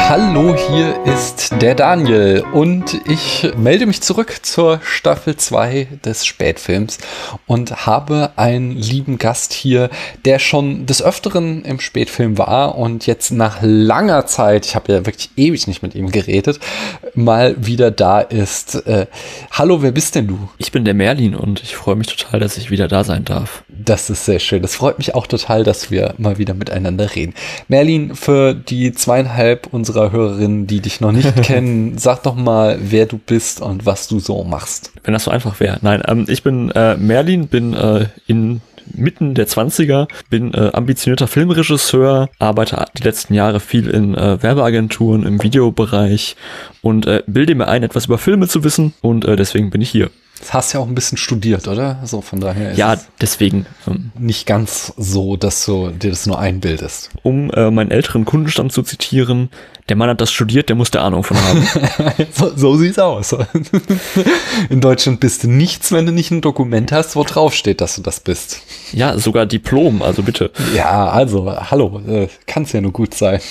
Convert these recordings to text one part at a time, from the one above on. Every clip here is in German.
Hallo, hier ist der Daniel und ich melde mich zurück zur Staffel 2 des Spätfilms und habe einen lieben Gast hier, der schon des Öfteren im Spätfilm war und jetzt nach langer Zeit, ich habe ja wirklich ewig nicht mit ihm geredet, mal wieder da ist. Hallo, wer bist denn du? Ich bin der Merlin und ich freue mich total, dass ich wieder da sein darf. Das ist sehr schön. Das freut mich auch total, dass wir mal wieder miteinander reden. Merlin, für die 2,5 unserer Hörerinnen, die dich noch nicht kennen, sag doch mal, wer du bist und was du so machst. Wenn das so einfach wäre. Nein, ich bin Merlin, bin mitten der 20er, bin ambitionierter Filmregisseur, arbeite die letzten Jahre viel in Werbeagenturen im Videobereich und bilde mir ein, etwas über Filme zu wissen und deswegen bin ich hier. Das hast ja auch ein bisschen studiert, oder? So, von daher ist ja, es deswegen. nicht ganz so, dass du dir das nur einbildest. Um meinen älteren Kundenstamm zu zitieren, der Mann hat das studiert, der muss da Ahnung von haben. so sieht's aus. In Deutschland bist du nichts, wenn du nicht ein Dokument hast, wo drauf steht, dass du das bist. Ja, sogar Diplom, also bitte. Ja, also, hallo, kann's ja nur gut sein.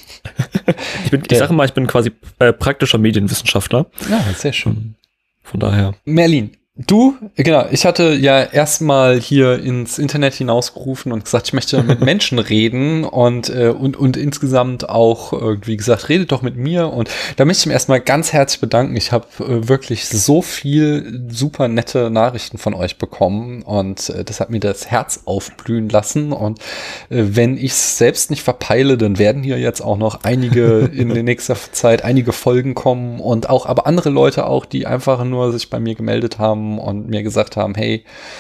Ich sage mal, ich bin quasi praktischer Medienwissenschaftler. Ja, sehr schön. Von daher. Merlin, du, genau, ich hatte ja erstmal hier ins Internet hinausgerufen und gesagt, ich möchte mit Menschen reden und insgesamt auch, wie gesagt, redet doch mit mir und da möchte ich mich erstmal ganz herzlich bedanken. Ich habe wirklich so viel super nette Nachrichten von euch bekommen und das hat mir das Herz aufblühen lassen und wenn ich es selbst nicht verpeile, dann werden hier jetzt auch noch einige in der nächsten Zeit einige Folgen kommen und auch, aber andere Leute auch, die einfach nur sich bei mir gemeldet haben und mir gesagt haben, hey,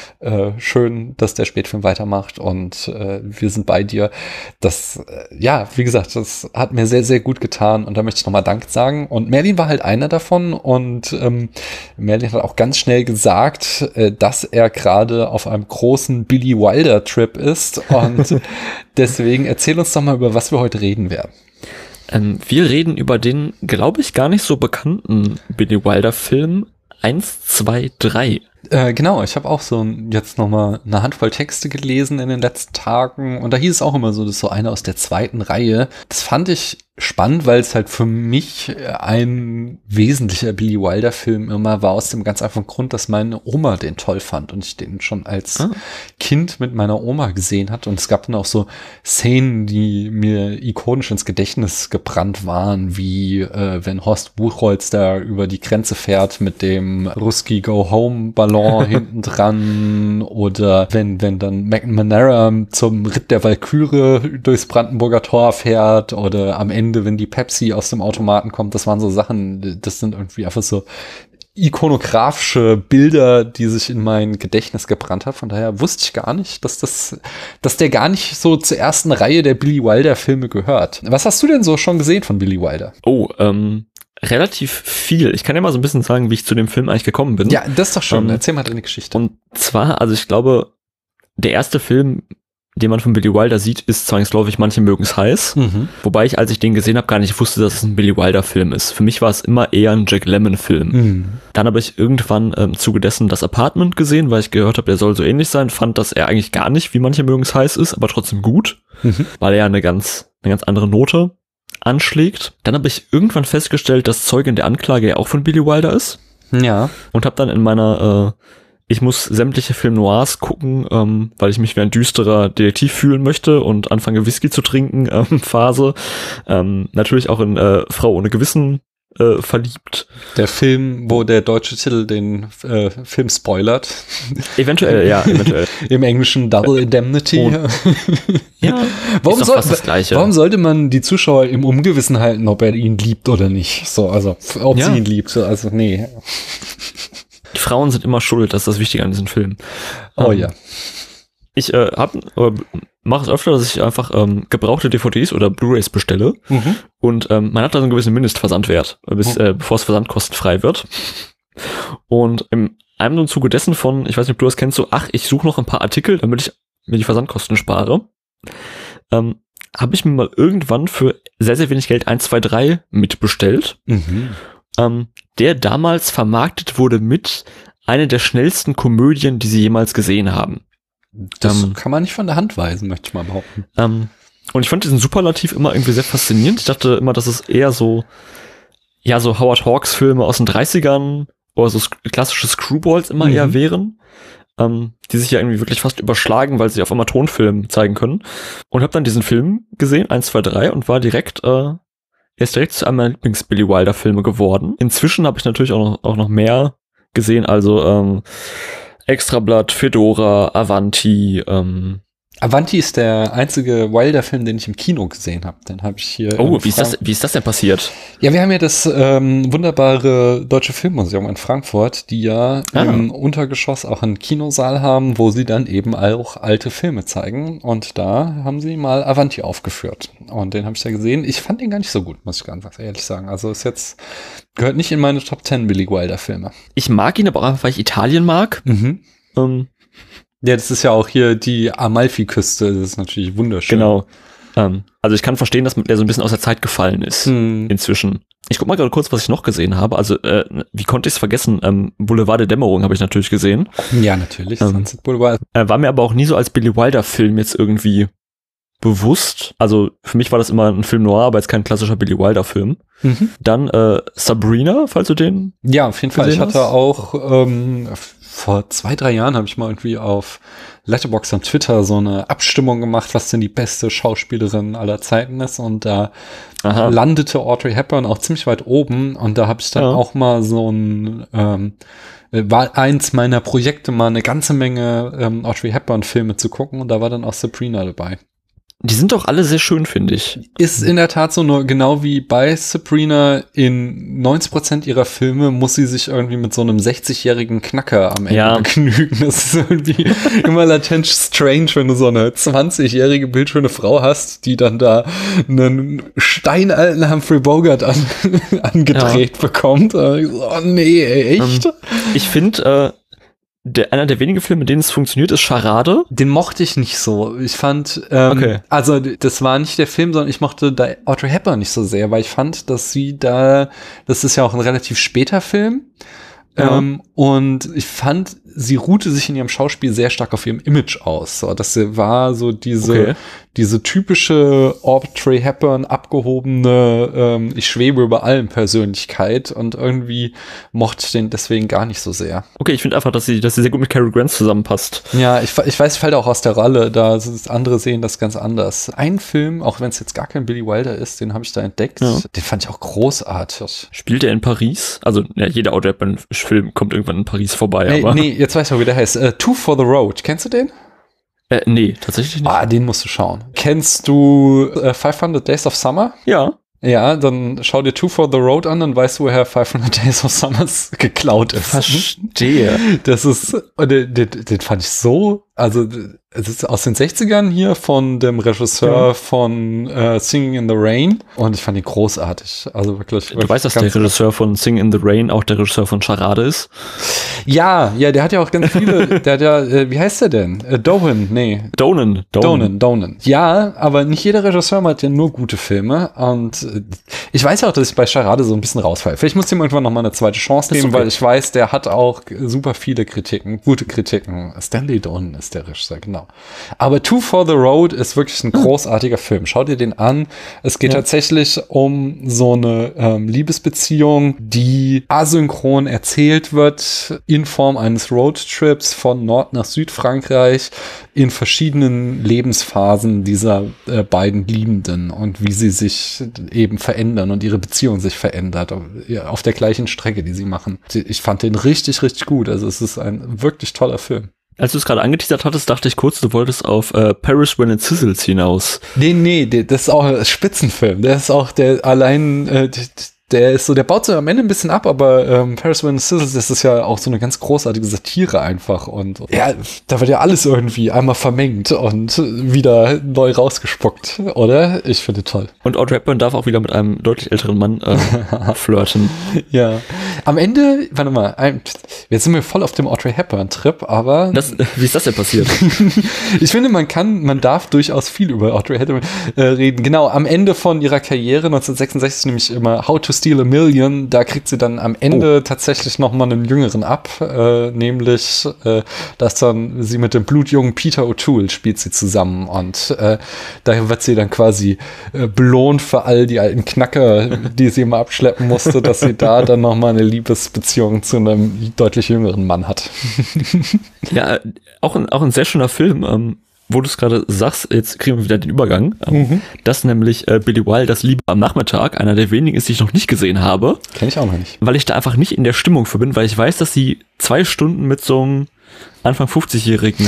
schön, dass der Spätfilm weitermacht und wir sind bei dir. Das, ja, wie gesagt, das hat mir sehr, sehr gut getan und da möchte ich nochmal Dank sagen. Und Merlin war halt einer davon und Merlin hat auch ganz schnell gesagt, dass er gerade auf einem großen Billy Wilder Trip ist und deswegen erzähl uns doch mal, über was wir heute reden werden. Wir reden über den, glaube ich, gar nicht so bekannten Billy Wilder Film 1, 2, 3. Genau, ich habe auch jetzt nochmal eine Handvoll Texte gelesen in den letzten Tagen und da hieß es auch immer so, das ist so einer aus der zweiten Reihe. Das fand ich spannend, weil es halt für mich ein wesentlicher Billy Wilder Film immer war, aus dem ganz einfachen Grund, dass meine Oma den toll fand und ich den schon als Kind mit meiner Oma gesehen hatte und es gab dann auch so Szenen, die mir ikonisch ins Gedächtnis gebrannt waren, wie wenn Horst Buchholz da über die Grenze fährt mit dem Ruski Go Home Ballon hinten dran oder wenn dann McNamara zum Ritt der Walküre durchs Brandenburger Tor fährt oder am Ende, wenn die Pepsi aus dem Automaten kommt, das waren so Sachen, das sind irgendwie einfach so ikonografische Bilder, die sich in mein Gedächtnis gebrannt haben. Von daher wusste ich gar nicht, dass der gar nicht so zur ersten Reihe der Billy Wilder Filme gehört. Was hast du denn so schon gesehen von Billy Wilder? Relativ viel. Ich kann ja mal so ein bisschen sagen, wie ich zu dem Film eigentlich gekommen bin. Ja, das ist doch schon. Erzähl mal deine Geschichte. Und zwar, also ich glaube, der erste Film, den man von Billy Wilder sieht, ist zwangsläufig Manche mögen's heiß. Mhm. Wobei ich, als ich den gesehen habe, gar nicht wusste, dass es ein Billy Wilder Film ist. Für mich war es immer eher ein Jack Lemmon Film. Mhm. Dann habe ich irgendwann im Zuge dessen das Apartment gesehen, weil ich gehört habe, der soll so ähnlich sein. Fand, dass er eigentlich gar nicht wie Manche mögen's heiß ist, aber trotzdem gut, weil er eine ganz andere Note anschlägt. Dann habe ich irgendwann festgestellt, dass Zeugin der Anklage ja auch von Billy Wilder ist. Ja. Und habe dann in meiner ich muss sämtliche Film Noirs gucken, weil ich mich wie ein düsterer Detektiv fühlen möchte und anfange Whisky zu trinken, Phase. Natürlich auch in Frau ohne Gewissen verliebt. Der Film, wo der deutsche Titel den Film spoilert. Eventuell, ja, eventuell. Im Englischen Double Indemnity. Ja, warum sollte man die Zuschauer im Ungewissen halten, ob er ihn liebt oder nicht? So, also, ob sie ihn liebt. Also, nee. Die Frauen sind immer schuld, das ist das Wichtige an diesem Film. Oh ja. Ich mache es öfter, dass ich einfach gebrauchte DVDs oder Blu-rays bestelle und man hat da so einen gewissen Mindestversandwert, bevor es versandkostenfrei wird. Und im einem Zuge dessen von, ich weiß nicht, ob du das kennst, so, ich suche noch ein paar Artikel, damit ich mir die Versandkosten spare, habe ich mir mal irgendwann für sehr, sehr wenig Geld 1, 2, 3 mitbestellt. Der damals vermarktet wurde mit einer der schnellsten Komödien, die sie jemals gesehen haben. Das kann man nicht von der Hand weisen, möchte ich mal behaupten. Und ich fand diesen Superlativ immer irgendwie sehr faszinierend. Ich dachte immer, dass es eher so Howard Hawks Filme aus den 30ern oder so klassische Screwballs immer eher wären, die sich ja irgendwie wirklich fast überschlagen, weil sie auf einmal Tonfilm zeigen können. Und habe dann diesen Film gesehen, 1, 2, 3, und war direkt, er ist direkt zu einem meiner Lieblings-Billy Wilder-Filme geworden. Inzwischen habe ich natürlich auch noch mehr gesehen, also Extrablatt, Fedora, Avanti, Avanti ist der einzige Wilder-Film, den ich im Kino gesehen habe. Den habe ich hier. Oh, wie ist das denn passiert? Ja, wir haben ja das wunderbare Deutsche Filmmuseum in Frankfurt, die ja im Untergeschoss auch einen Kinosaal haben, wo sie dann eben auch alte Filme zeigen. Und da haben sie mal Avanti aufgeführt. Und den habe ich ja gesehen. Ich fand den gar nicht so gut, muss ich ganz ehrlich sagen. Also gehört nicht in meine Top 10 Billy Wilder-Filme. Ich mag ihn aber auch, weil ich Italien mag. Ja, das ist ja auch hier die Amalfi-Küste, das ist natürlich wunderschön. Genau. Also ich kann verstehen, dass der so ein bisschen aus der Zeit gefallen ist inzwischen. Ich guck mal gerade kurz, was ich noch gesehen habe. Also wie konnte ich es vergessen? Boulevard der Dämmerung habe ich natürlich gesehen. Ja, natürlich, Sunset Boulevard. War mir aber auch nie so als Billy Wilder-Film jetzt irgendwie bewusst. Also für mich war das immer ein Film noir, aber jetzt kein klassischer Billy Wilder-Film. Dann Sabrina, falls du den ja, auf jeden Fall. Ich hatte hast. auch vor 2, 3 Jahren habe ich mal irgendwie auf Letterboxd und Twitter so eine Abstimmung gemacht, was denn die beste Schauspielerin aller Zeiten ist. Und da landete Audrey Hepburn auch ziemlich weit oben. Und da habe ich dann auch mal so war eins meiner Projekte, mal eine ganze Menge Audrey Hepburn-Filme zu gucken. Und da war dann auch Sabrina dabei. Die sind doch alle sehr schön, finde ich. Ist in der Tat so, nur genau wie bei Sabrina, in 90% ihrer Filme muss sie sich irgendwie mit so einem 60-jährigen Knacker am Ende begnügen. Das ist irgendwie immer latent strange, wenn du so eine 20-jährige bildschöne Frau hast, die dann da einen steinalten Humphrey Bogart angedreht bekommt. Oh nee, ey, echt? Ich finde, einer der wenigen Filme, in denen es funktioniert, ist Charade. Den mochte ich nicht so. Ich fand, also das war nicht der Film, sondern ich mochte da Audrey Hepburn nicht so sehr, weil ich fand, dass das ist ja auch ein relativ später Film. Und ich fand, sie ruhte sich in ihrem Schauspiel sehr stark auf ihrem Image aus. So, das war so diese typische Audrey Hepburn abgehobene, ich schwebe über allem Persönlichkeit, und irgendwie mochte ich den deswegen gar nicht so sehr. Okay, ich finde einfach, dass sie sehr gut mit Cary Grant zusammenpasst. Ja, ich weiß, fällt auch aus der Rolle, da andere sehen das ganz anders. Ein Film, auch wenn es jetzt gar kein Billy Wilder ist, den habe ich da entdeckt, den fand ich auch großartig. Spielt er in Paris? Also jeder Audrey Hepburn-Film kommt irgendwann in Paris vorbei. Nee, jetzt weiß ich mal, wie der heißt. Two for the Road, kennst du den? Nee, tatsächlich nicht. Den musst du schauen. Kennst du 500 Days of Summer? Ja. Ja, dann schau dir Two for the Road an, dann weißt du, woher 500 Days of Summer geklaut ist. Verstehe. Das ist, den fand ich so, also es ist aus den 60ern hier von dem Regisseur von Singing in the Rain, und ich fand ihn großartig. Also wirklich. Du weißt, dass der Regisseur von Singing in the Rain auch der Regisseur von Charade ist? Ja, der hat ja auch ganz viele, der hat ja, wie heißt der denn? Donen. Ja, aber nicht jeder Regisseur macht ja nur gute Filme, und ich weiß ja auch, dass ich bei Charade so ein bisschen rausfalle. Vielleicht muss ich ihm irgendwann noch mal eine zweite Chance geben, weil ich weiß, der hat auch super viele Kritiken, gute Kritiken. Stanley Donen ist der Regisseur, genau. Aber Two for the Road ist wirklich ein großartiger Film. Schau dir den an. Es geht tatsächlich um so eine Liebesbeziehung, die asynchron erzählt wird in Form eines Roadtrips von Nord- nach Südfrankreich in verschiedenen Lebensphasen dieser beiden Liebenden, und wie sie sich eben verändern und ihre Beziehung sich verändert auf der gleichen Strecke, die sie machen. Ich fand den richtig, richtig gut. Also es ist ein wirklich toller Film. Als du es gerade angeteasert hattest, dachte ich kurz, du wolltest auf Paris When It Sizzles hinaus. Nee, das ist auch ein Spitzenfilm. Der ist auch der ist so, der baut so am Ende ein bisschen ab, aber Paris When It Sizzles, das ist ja auch so eine ganz großartige Satire einfach, und ja, da wird ja alles irgendwie einmal vermengt und wieder neu rausgespuckt, oder? Ich finde toll. Und Audrey Hepburn darf auch wieder mit einem deutlich älteren Mann flirten. Ja, Am Ende, warte mal, jetzt sind wir voll auf dem Audrey Hepburn-Trip, aber... Wie ist das denn passiert? Ich finde, man darf durchaus viel über Audrey Hepburn reden. Genau, am Ende von ihrer Karriere, 1966, nämlich immer How to Steal a Million, da kriegt sie dann am Ende tatsächlich nochmal einen Jüngeren ab, nämlich, dass dann sie mit dem blutjungen Peter O'Toole spielt sie zusammen und da wird sie dann quasi belohnt für all die alten Knacker, die sie immer abschleppen musste, dass sie da dann nochmal eine Liebesbeziehung zu einem deutlich jüngeren Mann hat. Ja, auch ein sehr schöner Film, wo du es gerade sagst, jetzt kriegen wir wieder den Übergang, dass nämlich Billy Wilders Liebe am Nachmittag einer der wenigen ist, die ich noch nicht gesehen habe. Kenn ich auch noch nicht. Weil ich da einfach nicht in der Stimmung für bin, weil ich weiß, dass sie 2 Stunden mit so einem Anfang 50-Jährigen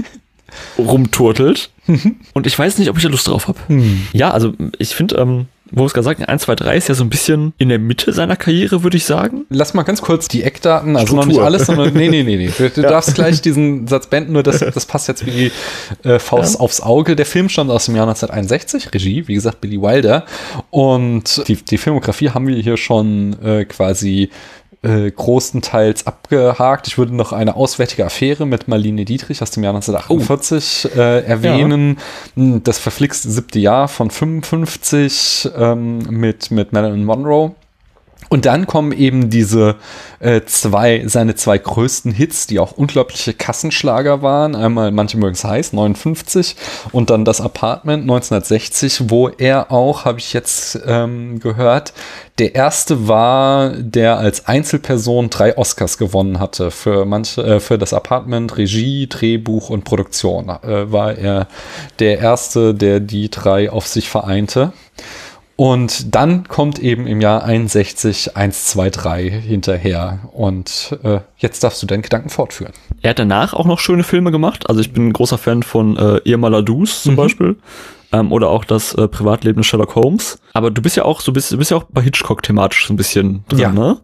rumturtelt. Und ich weiß nicht, ob ich da Lust drauf habe. Ja, also ich finde, wo es gerade sagt, 1, 2, 3 ist ja so ein bisschen in der Mitte seiner Karriere, würde ich sagen. Lass mal ganz kurz die Eckdaten, also Struktur. Noch nicht alles, sondern nee. Du darfst gleich diesen Satz beenden, nur das passt jetzt wie Faust aufs Auge. Der Film stammt aus dem Jahr 1961, Regie, wie gesagt, Billy Wilder. Und die Filmografie haben wir hier schon quasi großenteils abgehakt. Ich würde noch eine auswärtige Affäre mit Marlene Dietrich aus dem Jahr 1948 erwähnen. Ja. Das verflixte 7. Jahr von 55 mit Marilyn Monroe. Und dann kommen eben diese seine 2 größten Hits, die auch unglaubliche Kassenschlager waren. Einmal Manche mögen's heiß, 59, und dann Das Apartment, 1960, wo er auch, habe ich jetzt gehört, der erste war, der als Einzelperson 3 Oscars gewonnen hatte. Für Das Apartment, Regie, Drehbuch und Produktion war er der erste, der die 3 auf sich vereinte. Und dann kommt eben im Jahr 61 1, 2, 3 hinterher. Und jetzt darfst du deinen Gedanken fortführen. Er hat danach auch noch schöne Filme gemacht. Also ich bin ein großer Fan von Irma la Douce zum Beispiel. Oder auch das Privatleben des Sherlock Holmes. Aber du bist ja auch bei Hitchcock thematisch so ein bisschen drin, ne?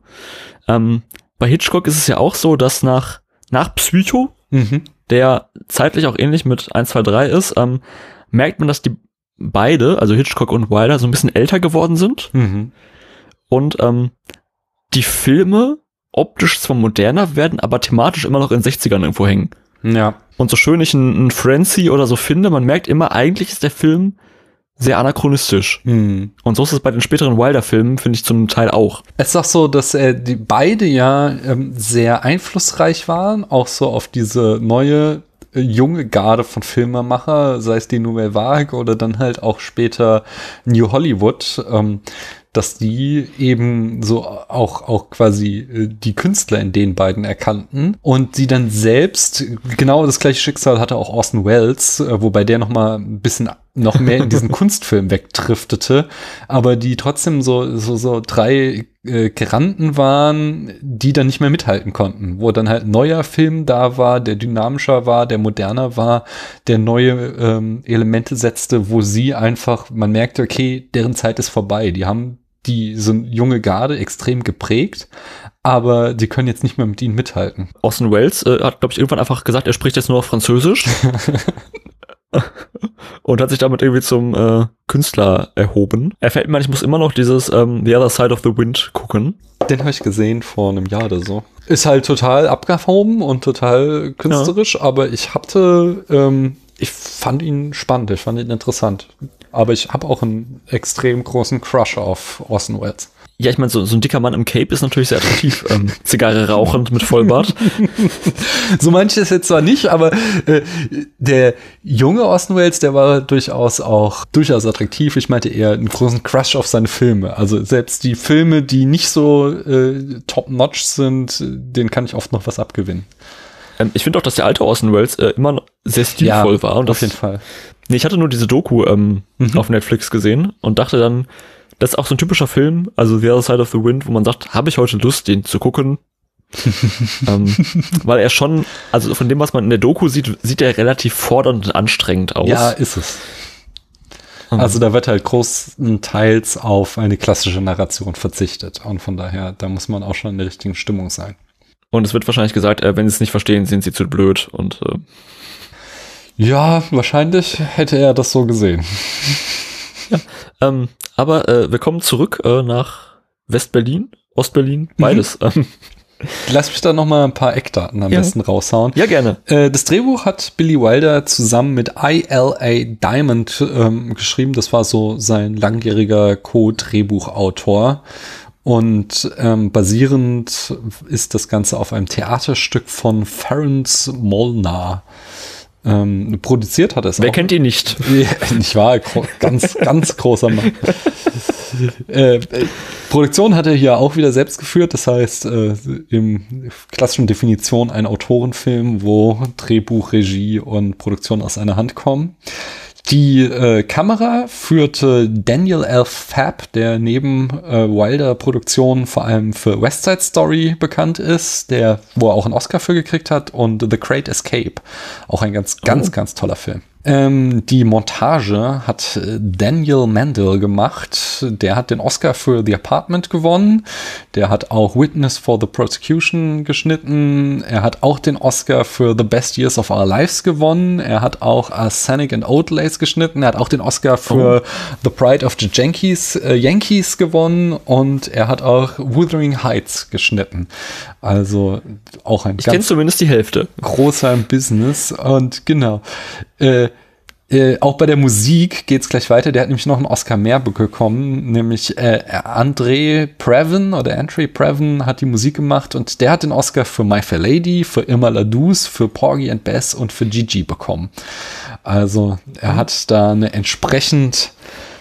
Bei Hitchcock ist es ja auch so, dass nach Psycho, der zeitlich auch ähnlich mit 1, 2, 3 ist, merkt man, dass die beide, also Hitchcock und Wilder, so ein bisschen älter geworden sind. Und die Filme optisch zwar moderner werden, aber thematisch immer noch in den 60ern irgendwo hängen. Ja. Und so schön ich einen Frenzy oder so finde, man merkt immer, eigentlich ist der Film sehr anachronistisch. Und so ist es bei den späteren Wilder-Filmen, finde ich, zum Teil auch. Es ist auch so, dass die beide ja sehr einflussreich waren, auch so auf diese neue junge Garde von Filmemacher, sei es die Nouvelle Vague oder dann halt auch später New Hollywood, dass die eben so auch quasi die Künstler in den beiden erkannten und sie dann selbst, genau das gleiche Schicksal hatte auch Orson Welles, wobei der noch mal ein bisschen noch mehr in diesen Kunstfilm wegdriftete, aber die trotzdem so 3 Granden waren, die dann nicht mehr mithalten konnten, wo dann halt ein neuer Film da war, der dynamischer war, der moderner war, der neue Elemente setzte, wo sie einfach, man merkte, okay, deren Zeit ist vorbei, die haben diese junge Garde extrem geprägt, aber die können jetzt nicht mehr mit ihnen mithalten. Orson Welles hat, glaube ich, irgendwann einfach gesagt, er spricht jetzt nur auf Französisch. Und hat sich damit irgendwie zum Künstler erhoben. Er fällt mir, ich muss immer noch dieses The Other Side of the Wind gucken. Den habe ich gesehen vor einem Jahr oder so. Ist halt total abgehoben und total künstlerisch, aber ich fand ihn spannend, ich fand ihn interessant. Aber ich habe auch einen extrem großen Crush auf Orson Welles. Ja, ich meine, so ein dicker Mann im Cape ist natürlich sehr attraktiv. Zigarre rauchend mit Vollbart. So manches jetzt zwar nicht, aber der junge Orson Welles, der war durchaus attraktiv. Ich meinte eher einen großen Crush auf seine Filme. Also selbst die Filme, die nicht so top-notch sind, denen kann ich oft noch was abgewinnen. Ich finde auch, dass der alte Orson Welles immer noch sehr stilvoll war. Und auf jeden Fall. Nee, ich hatte nur diese Doku auf Netflix gesehen und dachte dann, das ist auch so ein typischer Film, also The Other Side of the Wind, wo man sagt, habe ich heute Lust, den zu gucken? Weil er schon, also von dem, was man in der Doku sieht er relativ fordernd und anstrengend aus. Ja, ist es. Also da wird halt großenteils auf eine klassische Narration verzichtet. Und von daher, da muss man auch schon in der richtigen Stimmung sein. Und es wird wahrscheinlich gesagt, wenn sie es nicht verstehen, sind sie zu blöd. Und ja, wahrscheinlich hätte er das so gesehen. Ja, aber wir kommen zurück nach West-Berlin Ostberlin, beides. Lass mich da noch mal ein paar Eckdaten am besten raushauen. Ja, gerne. Das Drehbuch hat Billy Wilder zusammen mit I.L.A. Diamond geschrieben. Das war so sein langjähriger Co-Drehbuchautor. Und basierend ist das Ganze auf einem Theaterstück von Ferenc Molnar. Produziert hat es. Wer kennt ihn nicht? Nicht wahr? Ganz großer Mann. Produktion hat er hier auch wieder selbst geführt. Das heißt, im klassischen Definition ein Autorenfilm, wo Drehbuch, Regie und Produktion aus einer Hand kommen. Die Kamera führte Daniel L. Fabb, der neben Wilder-Produktionen vor allem für West Side Story bekannt ist, wo er auch einen Oscar für gekriegt hat, und The Great Escape, auch ein ganz toller Film. Die Montage hat Daniel Mandel gemacht. Der hat den Oscar für The Apartment gewonnen. Der hat auch Witness for the Prosecution geschnitten. Er hat auch den Oscar für The Best Years of Our Lives gewonnen. Er hat auch Arsenic and Oatlace geschnitten. Er hat auch den Oscar für The Pride of the Yankees gewonnen. Und er hat auch Wuthering Heights geschnitten. Also auch ein Ich kenne zumindest die Hälfte. Großer Business. Und genau. Auch bei der Musik geht's gleich weiter. Der hat nämlich noch einen Oscar mehr bekommen, nämlich Andre Previn hat die Musik gemacht, und der hat den Oscar für My Fair Lady, für Irma La Douce, für Porgy and Bess und für Gigi bekommen. Also er hat da eine entsprechend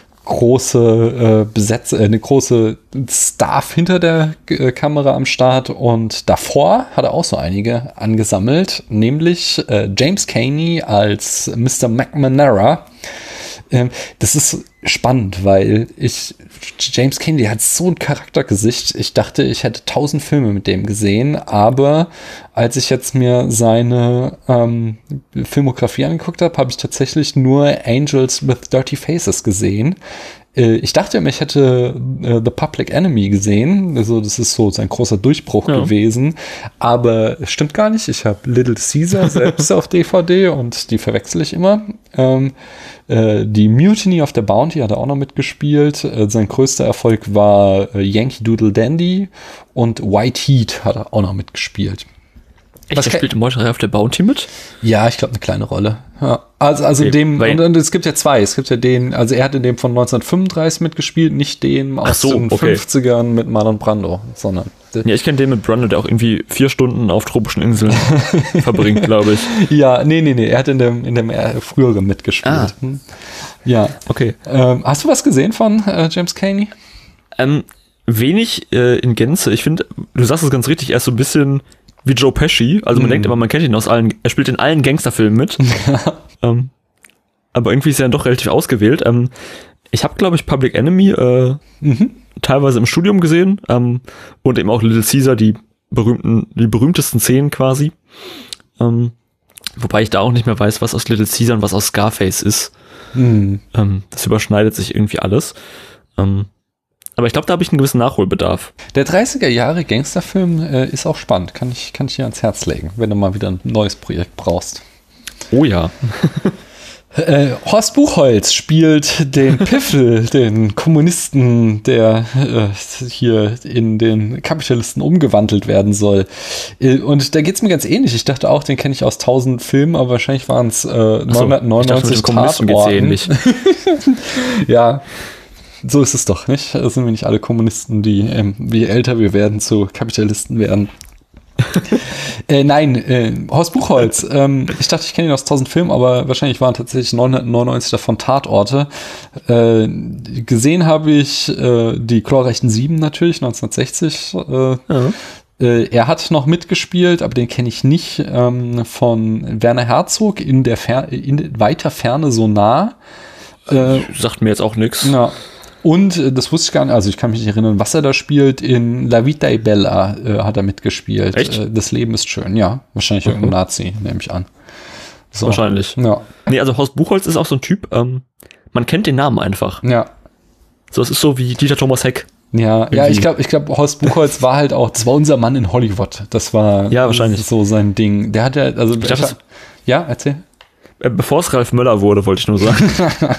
große eine große Staff hinter der Kamera am Start, und davor hat er auch so einige angesammelt, nämlich James Cagney als Mr. McNamara. Das ist spannend, weil James Cagney hat so ein Charaktergesicht. Ich dachte, ich hätte 1000 Filme mit dem gesehen, aber als ich jetzt mir seine Filmografie angeguckt habe, habe ich tatsächlich nur Angels with Dirty Faces gesehen. Ich dachte immer, ich hätte The Public Enemy gesehen. Also das ist so sein großer Durchbruch gewesen. Aber es stimmt gar nicht. Ich habe Little Caesar selbst auf DVD, und die verwechsel ich immer. Die Mutiny of the Bounty hat er auch noch mitgespielt. Sein größter Erfolg war Yankee Doodle Dandy, und White Heat hat er auch noch mitgespielt. Echt, der spielt im Meuterei auf der Bounty mit? Ja, ich glaube, eine kleine Rolle. Ja. Also okay, und es gibt ja zwei. Es gibt ja den, also er hat in dem von 1935 mitgespielt, nicht den aus den 50ern mit Marlon Brando, sondern. Ja, ich kenne den mit Brando, der auch irgendwie 4 Stunden auf tropischen Inseln verbringt, glaube ich. Ja, nee, er hat in dem früheren mitgespielt. Ja. Okay. Hast du was gesehen von James Cagney? Wenig in Gänze. Ich finde, du sagst es ganz richtig, er ist so ein bisschen wie Joe Pesci. Also man denkt immer, man kennt ihn aus allen, er spielt in allen Gangsterfilmen mit. Aber irgendwie ist er dann doch relativ ausgewählt. Ich habe, glaube ich, Public Enemy teilweise im Studium gesehen, und eben auch Little Caesar, die berühmtesten Szenen quasi. Wobei ich da auch nicht mehr weiß, was aus Little Caesar und was aus Scarface ist. Das überschneidet sich irgendwie alles. Aber ich glaube, da habe ich einen gewissen Nachholbedarf. Der 30er Jahre Gangsterfilm ist auch spannend. Kann ich dir ans Herz legen, wenn du mal wieder ein neues Projekt brauchst. Oh ja. Horst Buchholz spielt den Piffel, den Kommunisten, der hier in den Kapitalisten umgewandelt werden soll. Und da geht's mir ganz ähnlich. Ich dachte auch, den kenne ich aus 1000 Filmen, aber wahrscheinlich waren es 999 Tatorten. Ja, so ist es doch, nicht? Das sind wir nicht alle Kommunisten, die, je älter wir werden, zu Kapitalisten werden. Nein, Horst Buchholz. Ich dachte, ich kenne ihn aus 1000 Filmen, aber wahrscheinlich waren tatsächlich 999 davon Tatorte. Gesehen habe ich die Chlorreichen 7 natürlich, 1960. Er hat noch mitgespielt, aber den kenne ich nicht, von Werner Herzog in weiter Ferne so nah. Sagt mir jetzt auch nichts. Ja. Und das wusste ich gar nicht, also ich kann mich nicht erinnern, was er da spielt. In La Vita è Bella hat er mitgespielt. Echt? Das Leben ist schön, ja. Wahrscheinlich irgendein Nazi, nehme ich an. So. Wahrscheinlich. Ja. Nee, also Horst Buchholz ist auch so ein Typ, man kennt den Namen einfach. Ja. So, es ist so wie Dieter Thomas Heck. Ja, ich glaube, Horst Buchholz war halt auch, das war unser Mann in Hollywood. Das war ja, wahrscheinlich so sein Ding. Der hat ja, also ja, erzähl. Bevor es Ralf Möller wurde, wollte ich nur sagen.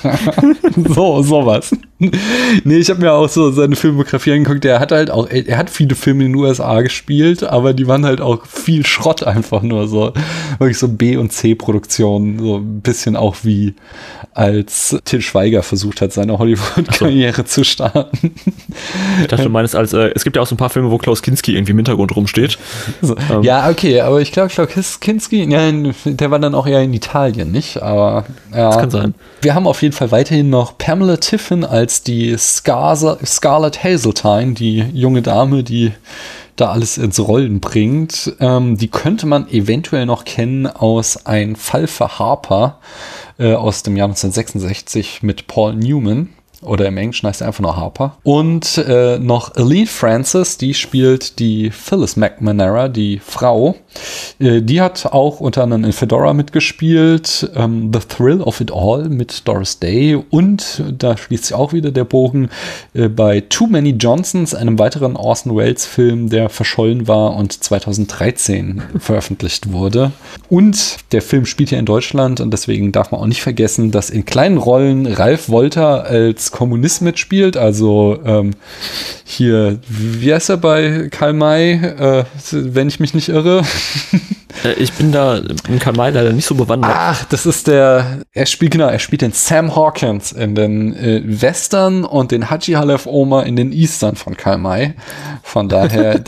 Sowas. Nee, ich habe mir auch so seine Filmografie angeguckt. Er hat viele Filme in den USA gespielt, aber die waren halt auch viel Schrott einfach nur so. Wirklich so B- und C-Produktionen. So ein bisschen auch wie als Til Schweiger versucht hat, seine Hollywood-Karriere zu starten. Ich dachte, du meinst, es gibt ja auch so ein paar Filme, wo Klaus Kinski irgendwie im Hintergrund rumsteht. So. Ja, okay, aber ich glaube, Klaus Kinski, ja, der war dann auch eher in Italien, nicht? Aber ja, das kann sein. Wir haben auf jeden Fall weiterhin noch Pamela Tiffin als die Scarlett Hazeltine, die junge Dame, die da alles ins Rollen bringt. Die könnte man eventuell noch kennen aus Ein Fall für Harper aus dem Jahr 1966 mit Paul Newman. Oder im Englischen heißt er einfach nur Harper. Und noch Aline Francis, die spielt die Phyllis McNamara, die Frau. Die hat auch unter anderem in Fedora mitgespielt. The Thrill of It All mit Doris Day. Und da schließt sich auch wieder der Bogen bei Too Many Johnsons, einem weiteren Orson Welles-Film, der verschollen war und 2013 veröffentlicht wurde. Und der Film spielt ja in Deutschland und deswegen darf man auch nicht vergessen, dass in kleinen Rollen Ralf Wolter als Kommunist mitspielt, also hier, wie heißt er bei Karl May, wenn ich mich nicht irre? Ich bin da in Karl May leider nicht so bewandert. Ach, das ist er spielt den Sam Hawkins in den Western und den Haji Halef Omar in den Eastern von Karl May. Von daher,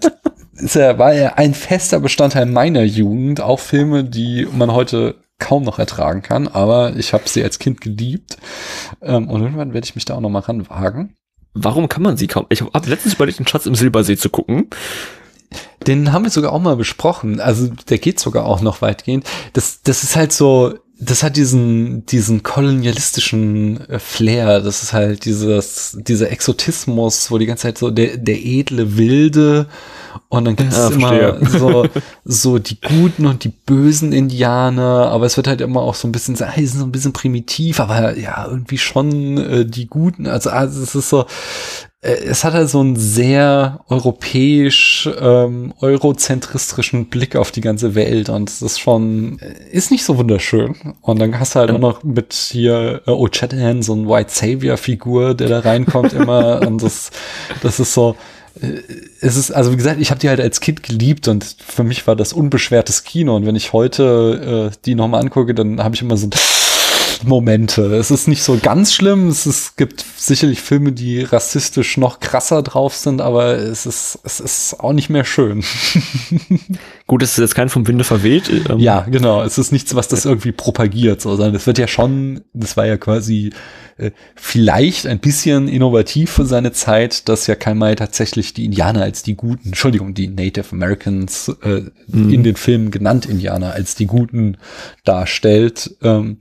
war er ein fester Bestandteil meiner Jugend, auch Filme, die man heute kaum noch ertragen kann, aber ich habe sie als Kind geliebt und irgendwann werde ich mich da auch noch mal ranwagen. Warum kann man sie kaum? Ich habe letztens überlegt, den Schatz im Silbersee zu gucken. Den haben wir sogar auch mal besprochen, also der geht sogar auch noch weitgehend. Das ist halt so, das hat diesen kolonialistischen Flair, das ist halt dieser Exotismus, wo die ganze Zeit so der edle Wilde und dann gibt es immer so die guten und die bösen Indianer, aber es wird halt immer auch so ein bisschen, die sind so ein bisschen primitiv, aber ja, irgendwie schon die Guten, also es ist so, es hat halt so einen sehr europäisch, eurozentristischen Blick auf die ganze Welt und es ist nicht so wunderschön. Und dann hast du halt auch noch mit hier O'Chatterton so ein White Savior-Figur, der da reinkommt immer und das ist so, es ist, also wie gesagt, ich habe die halt als Kind geliebt und für mich war das unbeschwertes Kino und wenn ich heute die nochmal angucke, dann habe ich immer so Momente. Es ist nicht so ganz schlimm. Es gibt sicherlich Filme, die rassistisch noch krasser drauf sind, aber es ist auch nicht mehr schön. Gut, es ist jetzt kein vom Winde verweht. Ja, genau. Es ist nichts, was das irgendwie propagiert, sondern es wird ja schon, das war ja quasi vielleicht ein bisschen innovativ für seine Zeit, dass ja Karl May tatsächlich die Indianer als die Guten, die Native Americans in den Filmen genannt Indianer als die Guten darstellt.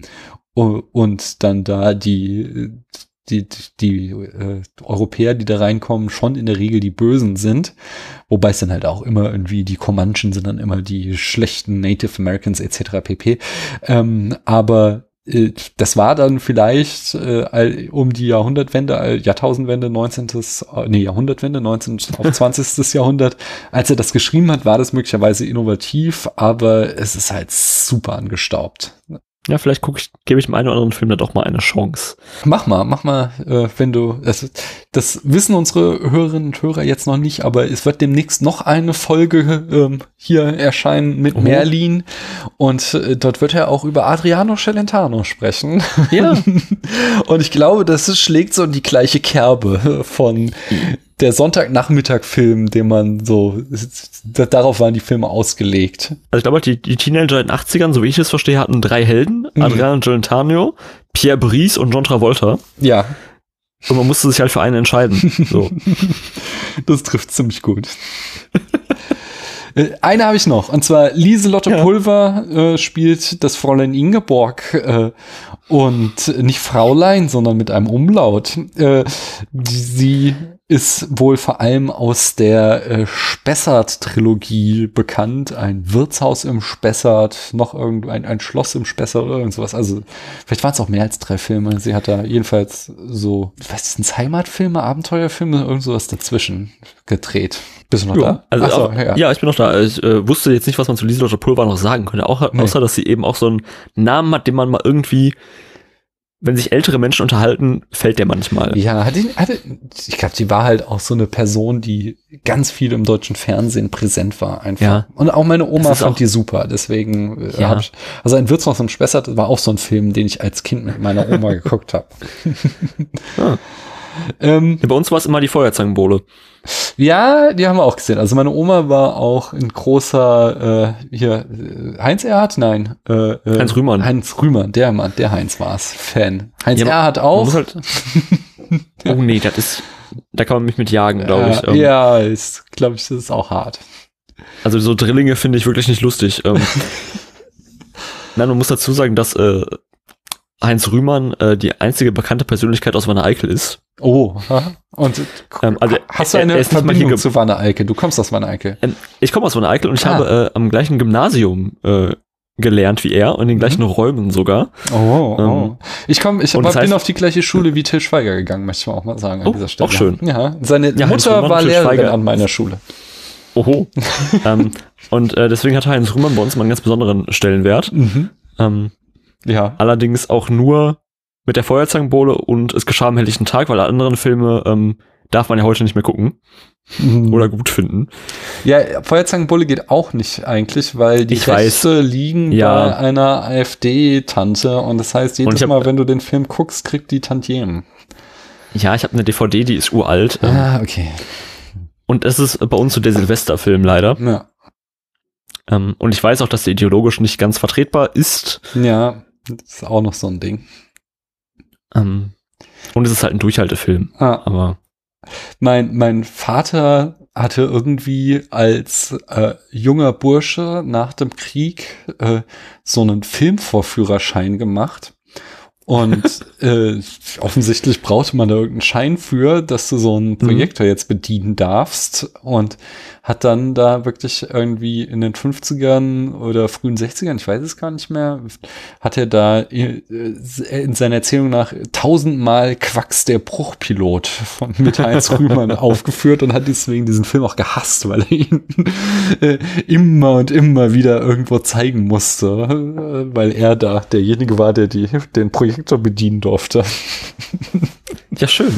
Und dann da die Europäer, die da reinkommen, schon in der Regel die Bösen sind. Wobei es dann halt auch immer irgendwie die Comanchen sind dann immer die schlechten Native Americans etc. pp. Aber das war dann vielleicht um die Jahrtausendwende, 19. auf 20. Jahrhundert. Als er das geschrieben hat, war das möglicherweise innovativ, aber es ist halt super angestaubt. Ja, vielleicht gebe ich dem einen oder anderen Film da doch mal eine Chance. Mach mal, wenn du, das wissen unsere Hörerinnen und Hörer jetzt noch nicht, aber es wird demnächst noch eine Folge hier erscheinen mit Merlin und dort wird er auch über Adriano Celentano sprechen. Ja. Und ich glaube, das schlägt so in die gleiche Kerbe von der Sonntagnachmittag-Film, den man so, darauf waren die Filme ausgelegt. Also ich glaube, die Teenager in den 80ern, so wie ich es verstehe, hatten 3 Helden. Adriano Celentano, Pierre Brice und John Travolta. Ja. Und man musste sich halt für einen entscheiden. So. Das trifft ziemlich gut. Eine habe ich noch, und zwar Lieselotte Pulver spielt das Fräulein Ingeborg Und nicht Fraulein, sondern mit einem Umlaut. Sie ist wohl vor allem aus der Spessart-Trilogie bekannt. Ein Wirtshaus im Spessart, noch ein Schloss im Spessart oder irgend sowas. Also vielleicht waren es auch mehr als 3 Filme. Sie hat da jedenfalls so, sind es Heimatfilme, Abenteuerfilme, irgend sowas dazwischen gedreht. Bist du noch da? Also so, ja, ich bin noch da. Ich wusste jetzt nicht, was man zu Lieselotte Pulver noch sagen könnte. Außer, dass sie eben auch so einen Namen hat, den man mal irgendwie, wenn sich ältere Menschen unterhalten, fällt der manchmal. Ja, ich glaube, die war halt auch so eine Person, die ganz viel im deutschen Fernsehen präsent war einfach. Ja. Und auch meine Oma fand die super, deswegen habe ich, also ein Wirtshaus im Spessart war auch so ein Film, den ich als Kind mit meiner Oma geguckt habe. Bei uns war es immer die Feuerzangenbowle. Ja, die haben wir auch gesehen. Also meine Oma war auch ein großer, Heinz Erhardt? Nein. Heinz Rühmann. Heinz Rühmann, der Heinz war's. Fan. Heinz Erhardt auch. Halt oh nee, da kann man mich mit jagen, glaube ich. Ja, glaube ich, das ist auch hart. Also so Drillinge finde ich wirklich nicht lustig. Nein, man muss dazu sagen, dass Heinz Rühmann die einzige bekannte Persönlichkeit aus Wanne-Eickel ist. Oh, und also hast du eine Verbindung zu Wanne-Eickel? Du kommst aus Wanne-Eickel. Ich komme aus Wanne-Eickel und ich habe am gleichen Gymnasium gelernt wie er und in den gleichen Räumen sogar. Oh. Ich bin auf die gleiche Schule wie Till Schweiger gegangen, möchte ich mal auch mal sagen an dieser Stelle. Auch schön. Ja, seine Mutter war Lehrerin an meiner Schule. Oho. Und deswegen hat Heinz Rühmann bei uns mal einen ganz besonderen Stellenwert. Ja. Allerdings auch nur mit der Feuerzangenbowle und Es geschah am helllichten Tag, weil alle anderen Filme darf man ja heute nicht mehr gucken oder gut finden. Ja, Feuerzangenbowle geht auch nicht eigentlich, weil die Rechte liegen bei einer AfD-Tante und das heißt, jedes Mal, wenn du den Film guckst, kriegt die Tantiemen. Ja, ich habe eine DVD, die ist uralt. Okay. Und es ist bei uns so der Silvesterfilm leider. Ja. Und ich weiß auch, dass der ideologisch nicht ganz vertretbar ist. Ja, das ist auch noch so ein Ding. Und es ist halt ein Durchhaltefilm. Aber mein Vater hatte irgendwie als junger Bursche nach dem Krieg so einen Filmvorführerschein gemacht. Und offensichtlich brauchte man da irgendeinen Schein für, dass du so einen Projektor jetzt bedienen darfst. Und hat dann da wirklich irgendwie in den 50ern oder frühen 60ern, ich weiß es gar nicht mehr, hat er da in seiner Erzählung nach 1000-mal Quacks der Bruchpilot mit Heinz Rühmann aufgeführt und hat deswegen diesen Film auch gehasst, weil er ihn immer und immer wieder irgendwo zeigen musste, weil er da derjenige war, der den Projektor bedienen durfte. Ja, schön.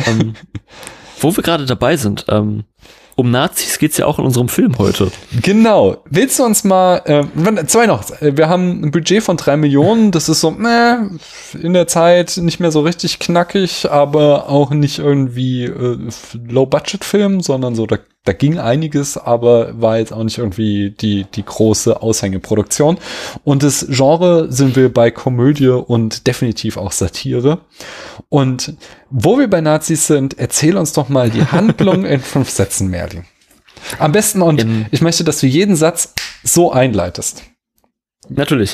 Wo wir gerade dabei sind, um Nazis geht's ja auch in unserem Film heute. Genau. Willst du uns mal, zwei noch. Wir haben ein Budget von 3 Millionen. Das ist so, in der Zeit nicht mehr so richtig knackig, aber auch nicht irgendwie Low-Budget-Film, sondern so, da ging einiges, aber war jetzt auch nicht irgendwie die große Aushängeproduktion. Und das Genre sind wir bei Komödie und definitiv auch Satire. Und wo wir bei Nazis sind, erzähl uns doch mal die Handlung in 5 Sätzen, Merlin. Am besten, und ich möchte, dass du jeden Satz so einleitest. Natürlich.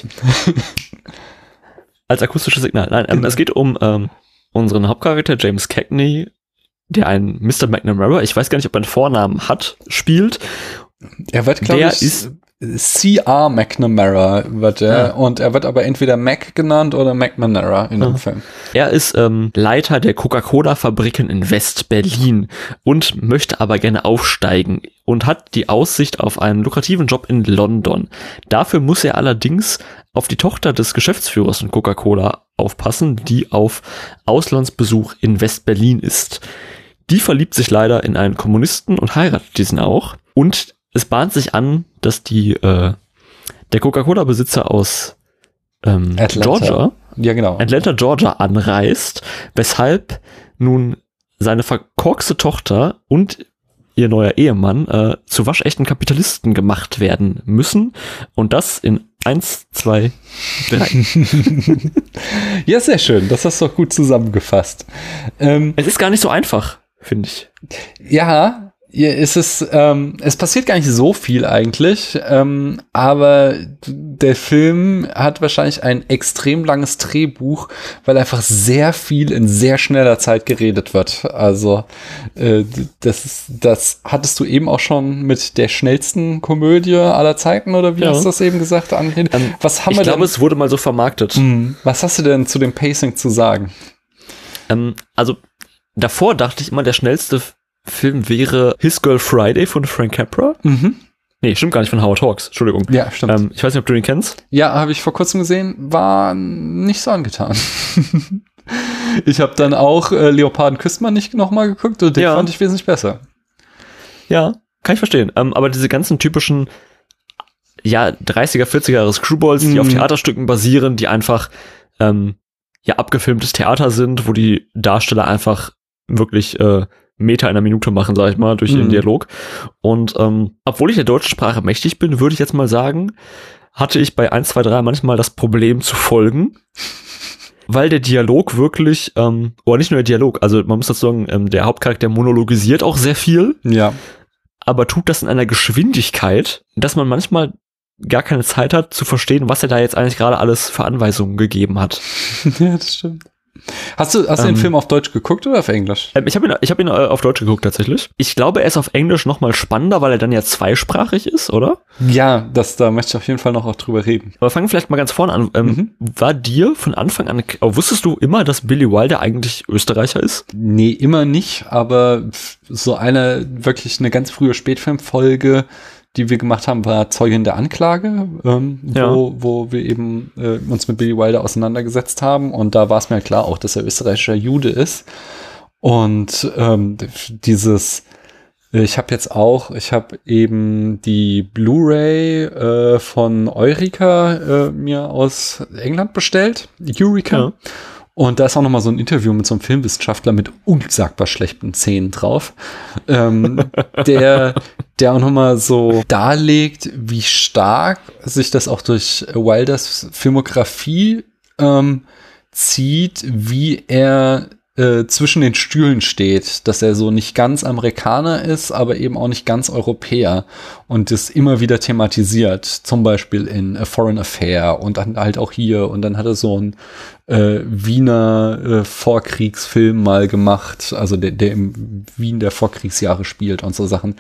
Als akustisches Signal. Nein, es geht um unseren Hauptcharakter James Cagney, der einen Mr. McNamara, ich weiß gar nicht, ob er einen Vornamen hat, spielt. Er wird, glaube ich, C.R. McNamara wird er, und er wird aber entweder Mac genannt oder McNamara in dem Film. Er ist Leiter der Coca-Cola-Fabriken in West-Berlin und möchte aber gerne aufsteigen und hat die Aussicht auf einen lukrativen Job in London. Dafür muss er allerdings auf die Tochter des Geschäftsführers von Coca-Cola aufpassen, die auf Auslandsbesuch in West-Berlin ist. Die verliebt sich leider in einen Kommunisten und heiratet diesen auch. Und es bahnt sich an, dass der Coca-Cola-Besitzer aus Georgia, Atlanta, Georgia anreist, weshalb nun seine verkorkste Tochter und ihr neuer Ehemann zu waschechten Kapitalisten gemacht werden müssen. Und das in 1, 2, 3. Ja, sehr schön. Das hast du doch gut zusammengefasst. Es ist gar nicht so einfach, finde ich. Ja, Ja, es passiert gar nicht so viel eigentlich, aber der Film hat wahrscheinlich ein extrem langes Drehbuch, weil einfach sehr viel in sehr schneller Zeit geredet wird. Also das hattest du eben auch schon mit der schnellsten Komödie aller Zeiten, oder wie hast du das eben gesagt, angeredet? Ich glaube, es wurde mal so vermarktet. Was hast du denn zu dem Pacing zu sagen? Also davor dachte ich immer, der schnellste Film wäre His Girl Friday von Frank Capra. Nee, stimmt gar nicht, von Howard Hawks. Entschuldigung. Ja, stimmt. Ich weiß nicht, ob du den kennst. Ja, habe ich vor kurzem gesehen. War nicht so angetan. Ich habe dann auch Leoparden küsst man nicht nochmal geguckt und den fand ich wesentlich besser. Ja, kann ich verstehen. Aber diese ganzen typischen 30er, 40er Jahre Screwballs, die auf Theaterstücken basieren, die einfach abgefilmtes Theater sind, wo die Darsteller einfach wirklich Meter in einer Minute machen, sag ich mal, durch ihren Dialog. Und obwohl ich der deutschen Sprache mächtig bin, würde ich jetzt mal sagen, hatte ich bei 1, 2, 3 manchmal das Problem zu folgen, weil der Dialog wirklich, oder nicht nur der Dialog, also man muss dazu sagen, der Hauptcharakter monologisiert auch sehr viel, aber tut das in einer Geschwindigkeit, dass man manchmal gar keine Zeit hat zu verstehen, was er da jetzt eigentlich gerade alles für Anweisungen gegeben hat. Ja, das stimmt. Hast du den Film auf Deutsch geguckt oder auf Englisch? Ich hab ihn auf Deutsch geguckt, tatsächlich. Ich glaube, er ist auf Englisch noch mal spannender, weil er dann ja zweisprachig ist, oder? Ja, da möchte ich auf jeden Fall noch auch drüber reden. Aber fangen wir vielleicht mal ganz vorne an. War dir von Anfang an, wusstest du immer, dass Billy Wilder eigentlich Österreicher ist? Nee, immer nicht, aber so wirklich eine ganz frühe Spätfilmfolge, die wir gemacht haben, war Zeugin der Anklage, wo wir eben uns mit Billy Wilder auseinandergesetzt haben. Und da war es mir klar auch, dass er österreichischer Jude ist. Und ich habe eben die Blu-ray von Eureka mir aus England bestellt, Eureka. Ja. Und da ist auch noch mal so ein Interview mit so einem Filmwissenschaftler mit unsagbar schlechten Szenen drauf, der auch noch mal so darlegt, wie stark sich das auch durch Wilders Filmografie zieht, wie er zwischen den Stühlen steht, dass er so nicht ganz Amerikaner ist, aber eben auch nicht ganz Europäer und das immer wieder thematisiert, zum Beispiel in A Foreign Affair und dann halt auch hier und dann hat er so einen Wiener Vorkriegsfilm mal gemacht, also der im Wien der Vorkriegsjahre spielt und so Sachen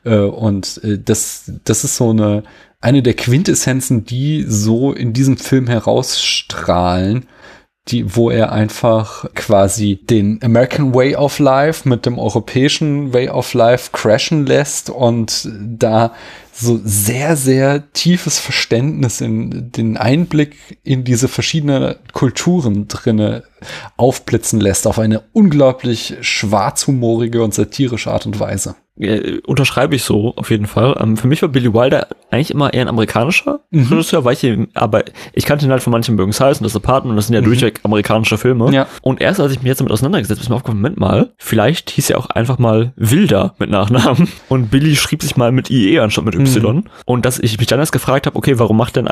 das ist so eine der Quintessenzen, die so in diesem Film herausstrahlen, wo er einfach quasi den American Way of Life mit dem europäischen Way of Life crashen lässt und da so sehr, sehr tiefes Verständnis in den Einblick in diese verschiedenen Kulturen drinne aufblitzen lässt, auf eine unglaublich schwarzhumorige und satirische Art und Weise. Unterschreibe ich so, auf jeden Fall. Für mich war Billy Wilder eigentlich immer eher ein amerikanischer Regisseur, aber ich kannte ihn halt von manchen Bürgens Heiß und das Apartment und das sind ja durchweg amerikanische Filme. Ja. Und erst als ich mich jetzt damit auseinandergesetzt habe, ist mir aufgefallen, Moment mal, vielleicht hieß er auch einfach mal Wilder mit Nachnamen und Billy schrieb sich mal mit IE anstatt mit Y. Und dass ich mich dann erst gefragt habe, okay, warum macht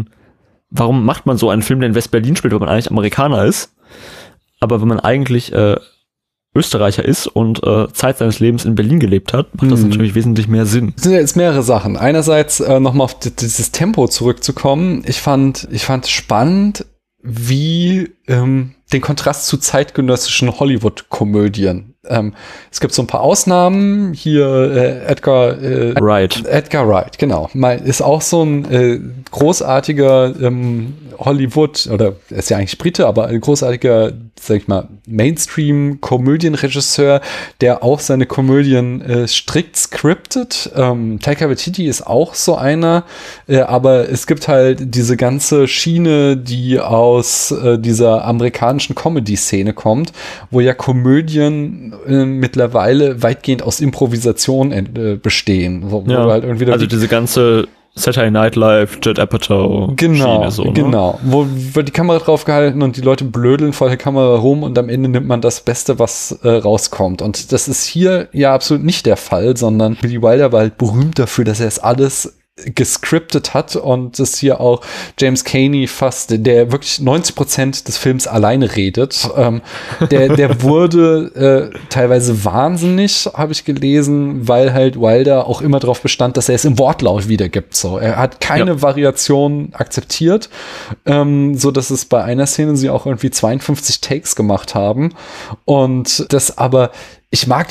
man so einen Film, der in West-Berlin spielt, wenn man eigentlich Amerikaner ist, aber wenn man eigentlich Österreicher ist und Zeit seines Lebens in Berlin gelebt hat, macht das natürlich wesentlich mehr Sinn. Es sind ja jetzt mehrere Sachen. Einerseits nochmal auf dieses Tempo zurückzukommen. Ich fand spannend, wie den Kontrast zu zeitgenössischen Hollywood-Komödien. Es gibt so ein paar Ausnahmen. Hier Edgar Wright, genau. Ist auch so ein großartiger Hollywood, oder er ist ja eigentlich Brite, aber ein großartiger, sag ich mal, Mainstream-Komödienregisseur, der auch seine Komödien strikt scriptet. Taika Waititi ist auch so einer, aber es gibt halt diese ganze Schiene, die aus dieser amerikanischen Comedy-Szene kommt, wo ja Komödien mittlerweile weitgehend aus Improvisation bestehen. Wo du halt irgendwie also diese ganze Saturday Night Live, Judd Apatow Schiene, so, ne? Genau. Wo wird die Kamera drauf gehalten und die Leute blödeln vor der Kamera rum und am Ende nimmt man das Beste, was rauskommt. Und das ist hier ja absolut nicht der Fall, sondern Billy Wilder war halt berühmt dafür, dass er es alles gescriptet hat und das hier auch James Cagney fast, der wirklich 90% des Films alleine redet. Der wurde teilweise wahnsinnig, habe ich gelesen, weil halt Wilder auch immer darauf bestand, dass er es im Wortlaut wiedergibt. So, er hat keine Variation akzeptiert, so dass es bei einer Szene sie auch irgendwie 52 Takes gemacht haben und das aber ich mag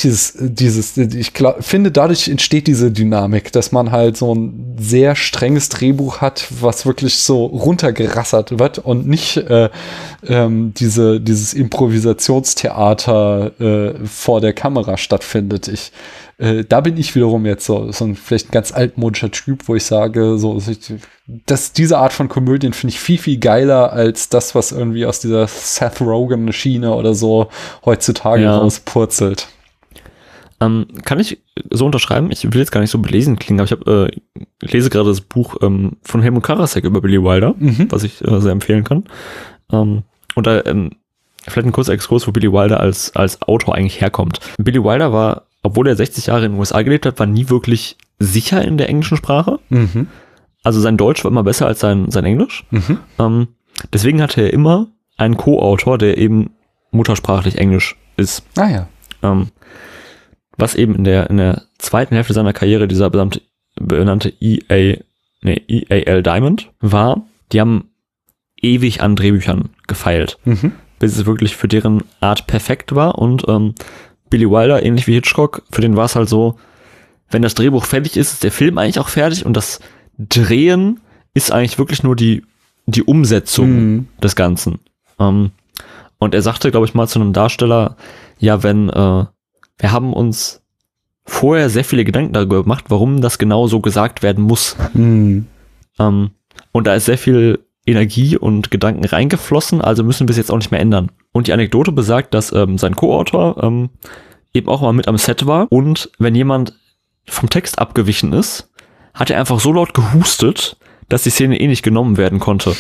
finde, dadurch entsteht diese Dynamik, dass man halt so ein sehr strenges Drehbuch hat, was wirklich so runtergerassert wird und nicht dieses Improvisationstheater vor der Kamera stattfindet. Da bin ich wiederum jetzt so ein vielleicht ganz altmodischer Typ, wo ich sage, diese Art von Komödien finde ich viel, viel geiler als das, was irgendwie aus dieser Seth Rogen-Schiene oder so heutzutage rauspurzelt. Kann ich so unterschreiben? Ich will jetzt gar nicht so belesen klingen, aber ich lese gerade das Buch von Helmut Karasek über Billy Wilder, was ich sehr empfehlen kann. Und da vielleicht ein kurzer Exkurs, wo Billy Wilder als Autor eigentlich herkommt. Billy Wilder war, obwohl er 60 Jahre in den USA gelebt hat, war nie wirklich sicher in der englischen Sprache. Also sein Deutsch war immer besser als sein Englisch. Deswegen hatte er immer einen Co-Autor, der eben muttersprachlich Englisch ist. Ah ja. Was eben in der zweiten Hälfte seiner Karriere dieser benannte EAL Diamond war. Die haben ewig an Drehbüchern gefeilt, bis es wirklich für deren Art perfekt war. Und Billy Wilder, ähnlich wie Hitchcock, für den war es halt so, wenn das Drehbuch fertig ist, ist der Film eigentlich auch fertig und das Drehen ist eigentlich wirklich nur die Umsetzung des Ganzen. Und er sagte, glaube ich, mal zu einem Darsteller, ja, wir haben uns vorher sehr viele Gedanken darüber gemacht, warum das genau so gesagt werden muss. Und da ist sehr viel Energie und Gedanken reingeflossen, also müssen wir es jetzt auch nicht mehr ändern. Und die Anekdote besagt, dass sein Co-Autor eben auch mal mit am Set war und wenn jemand vom Text abgewichen ist, hat er einfach so laut gehustet, dass die Szene nicht genommen werden konnte.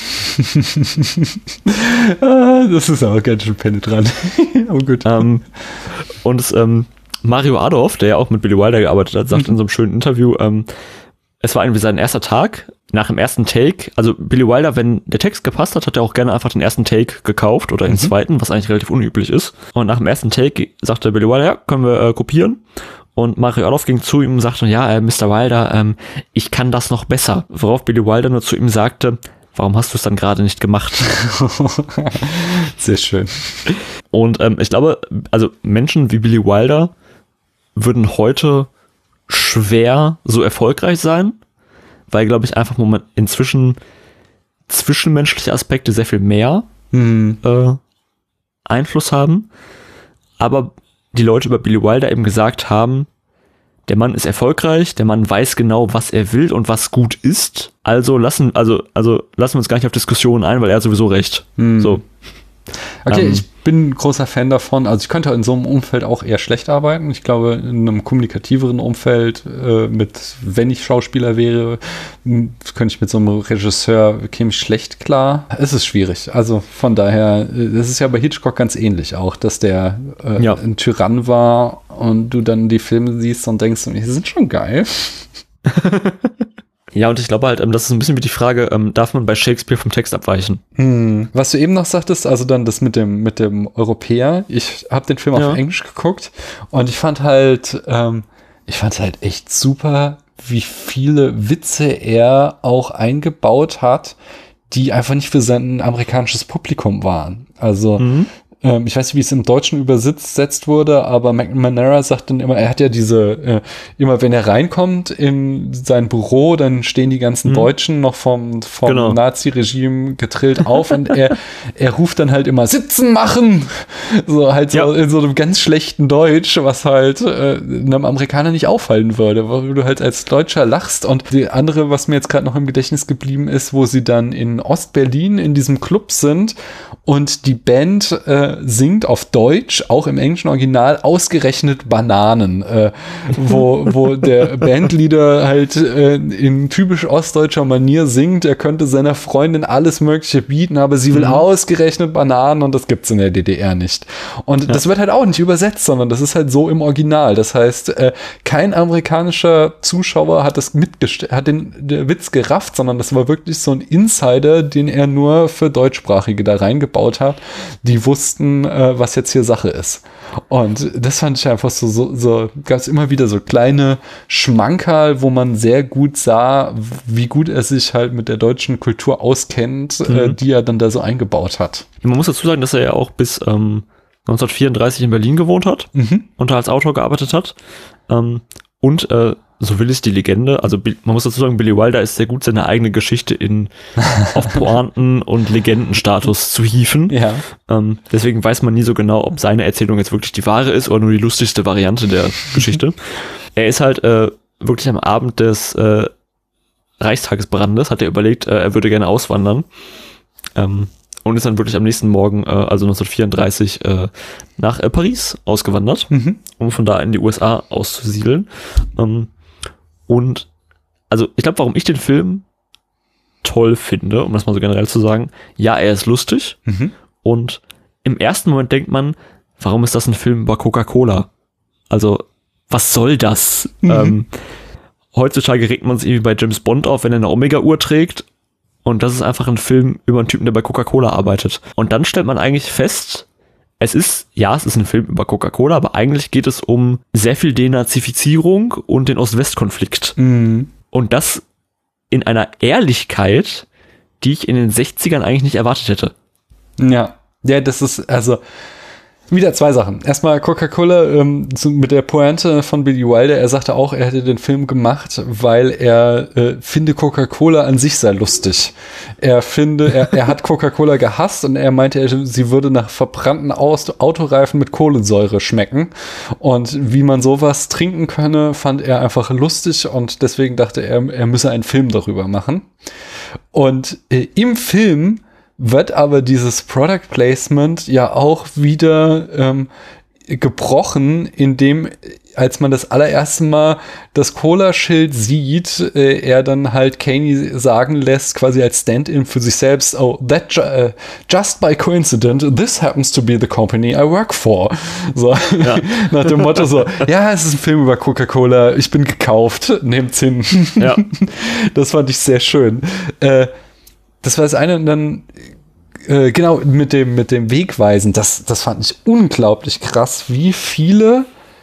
Das ist aber ganz schön penetrant. Oh gut. Und Mario Adorf, der ja auch mit Billy Wilder gearbeitet hat, sagt in so einem schönen Interview, es war irgendwie sein erster Tag. Nach dem ersten Take, also Billy Wilder, wenn der Text gepasst hat, hat er auch gerne einfach den ersten Take gekauft oder den zweiten, was eigentlich relativ unüblich ist. Und nach dem ersten Take sagte Billy Wilder, ja, können wir kopieren. Und Mario Adorf ging zu ihm und sagte, ja, Mr. Wilder, ich kann das noch besser. Worauf Billy Wilder nur zu ihm sagte, warum hast du es dann gerade nicht gemacht? Sehr schön. Und ich glaube, also Menschen wie Billy Wilder würden heute schwer so erfolgreich sein, weil, glaube ich, einfach inzwischen zwischenmenschliche Aspekte sehr viel mehr Einfluss haben. Aber die Leute über Billy Wilder eben gesagt haben, der Mann ist erfolgreich, der Mann weiß genau, was er will und was gut ist. Also lassen wir uns gar nicht auf Diskussionen ein, weil er hat sowieso recht. So. Okay, ich bin ein großer Fan davon. Also ich könnte in so einem Umfeld auch eher schlecht arbeiten. Ich glaube, in einem kommunikativeren Umfeld, wenn ich Schauspieler wäre, könnte ich mit so einem Regisseur, käme ich schlecht klar. Es ist schwierig. Also von daher, das ist ja bei Hitchcock ganz ähnlich auch, dass der ein Tyrann war und du dann die Filme siehst und denkst, die sind schon geil. Ja, und ich glaube halt, das ist ein bisschen wie die Frage, darf man bei Shakespeare vom Text abweichen? Was du eben noch sagtest, also dann das mit dem Europäer. Ich habe den Film auf Englisch geguckt und ich fand halt echt super, wie viele Witze er auch eingebaut hat, die einfach nicht für sein amerikanisches Publikum waren. Also ich weiß nicht, wie es im Deutschen übersetzt wurde, aber McNamara sagt dann immer, er hat ja immer wenn er reinkommt in sein Büro, dann stehen die ganzen Deutschen noch vom Nazi-Regime getrillt auf und er ruft dann halt immer, sitzen machen! So halt so in so einem ganz schlechten Deutsch, was halt einem Amerikaner nicht auffallen würde, weil du halt als Deutscher lachst. Und die andere, was mir jetzt gerade noch im Gedächtnis geblieben ist, wo sie dann in Ostberlin in diesem Club sind und die Band der singt auf Deutsch, auch im englischen Original, ausgerechnet Bananen, wo der Bandleader halt in typisch ostdeutscher Manier singt, er könnte seiner Freundin alles Mögliche bieten, aber sie will ausgerechnet Bananen und das gibt's in der DDR nicht. Und das wird halt auch nicht übersetzt, sondern das ist halt so im Original. Das heißt, kein amerikanischer Zuschauer hat den Witz gerafft, sondern das war wirklich so ein Insider, den er nur für Deutschsprachige da reingebaut hat, die wussten, was jetzt hier Sache ist. Und das fand ich einfach so gab es immer wieder so kleine Schmankerl, wo man sehr gut sah, wie gut er sich halt mit der deutschen Kultur auskennt, die er dann da so eingebaut hat. Man muss dazu sagen, dass er ja auch bis 1934 in Berlin gewohnt hat und da als Autor gearbeitet hat. Und so will es die Legende, also man muss dazu sagen, Billy Wilder ist sehr gut, seine eigene Geschichte auf Pointen und Legendenstatus zu hieven. Ja. Deswegen weiß man nie so genau, ob seine Erzählung jetzt wirklich die wahre ist oder nur die lustigste Variante der Geschichte. Er ist halt wirklich am Abend des Reichstagsbrandes, hat er überlegt, er würde gerne auswandern. Und ist dann wirklich am nächsten Morgen, also 1934, nach Paris ausgewandert, um von da in die USA auszusiedeln. Und also ich glaube, warum ich den Film toll finde, um das mal so generell zu sagen, ja, er ist lustig. Und im ersten Moment denkt man, warum ist das ein Film über Coca-Cola? Also, was soll das? Heutzutage regt man sich irgendwie bei James Bond auf, wenn er eine Omega-Uhr trägt. Und das ist einfach ein Film über einen Typen, der bei Coca-Cola arbeitet. Und dann stellt man eigentlich fest, es ist ein Film über Coca-Cola, aber eigentlich geht es um sehr viel Denazifizierung und den Ost-West-Konflikt. Und das in einer Ehrlichkeit, die ich in den 60ern eigentlich nicht erwartet hätte. Ja, das ist also wieder zwei Sachen. Erstmal Coca-Cola mit der Pointe von Billy Wilder. Er sagte auch, er hätte den Film gemacht, weil er finde Coca-Cola an sich sei lustig. Er hat Coca-Cola gehasst und er meinte, sie würde nach verbrannten Autoreifen mit Kohlensäure schmecken. Und wie man sowas trinken könne, fand er einfach lustig und deswegen dachte er müsse einen Film darüber machen. Und im Film wird aber dieses Product Placement ja auch wieder gebrochen, indem, als man das allererste Mal das Cola-Schild sieht, er dann halt Caney sagen lässt, quasi als Stand-in für sich selbst, oh, just by coincidence, this happens to be the company I work for. So, nach dem Motto so, ja, es ist ein Film über Coca-Cola, ich bin gekauft, nehmt's hin. Ja. Das fand ich sehr schön. Das war das eine und dann genau, mit dem Wegweisen, das fand ich unglaublich krass, wie viele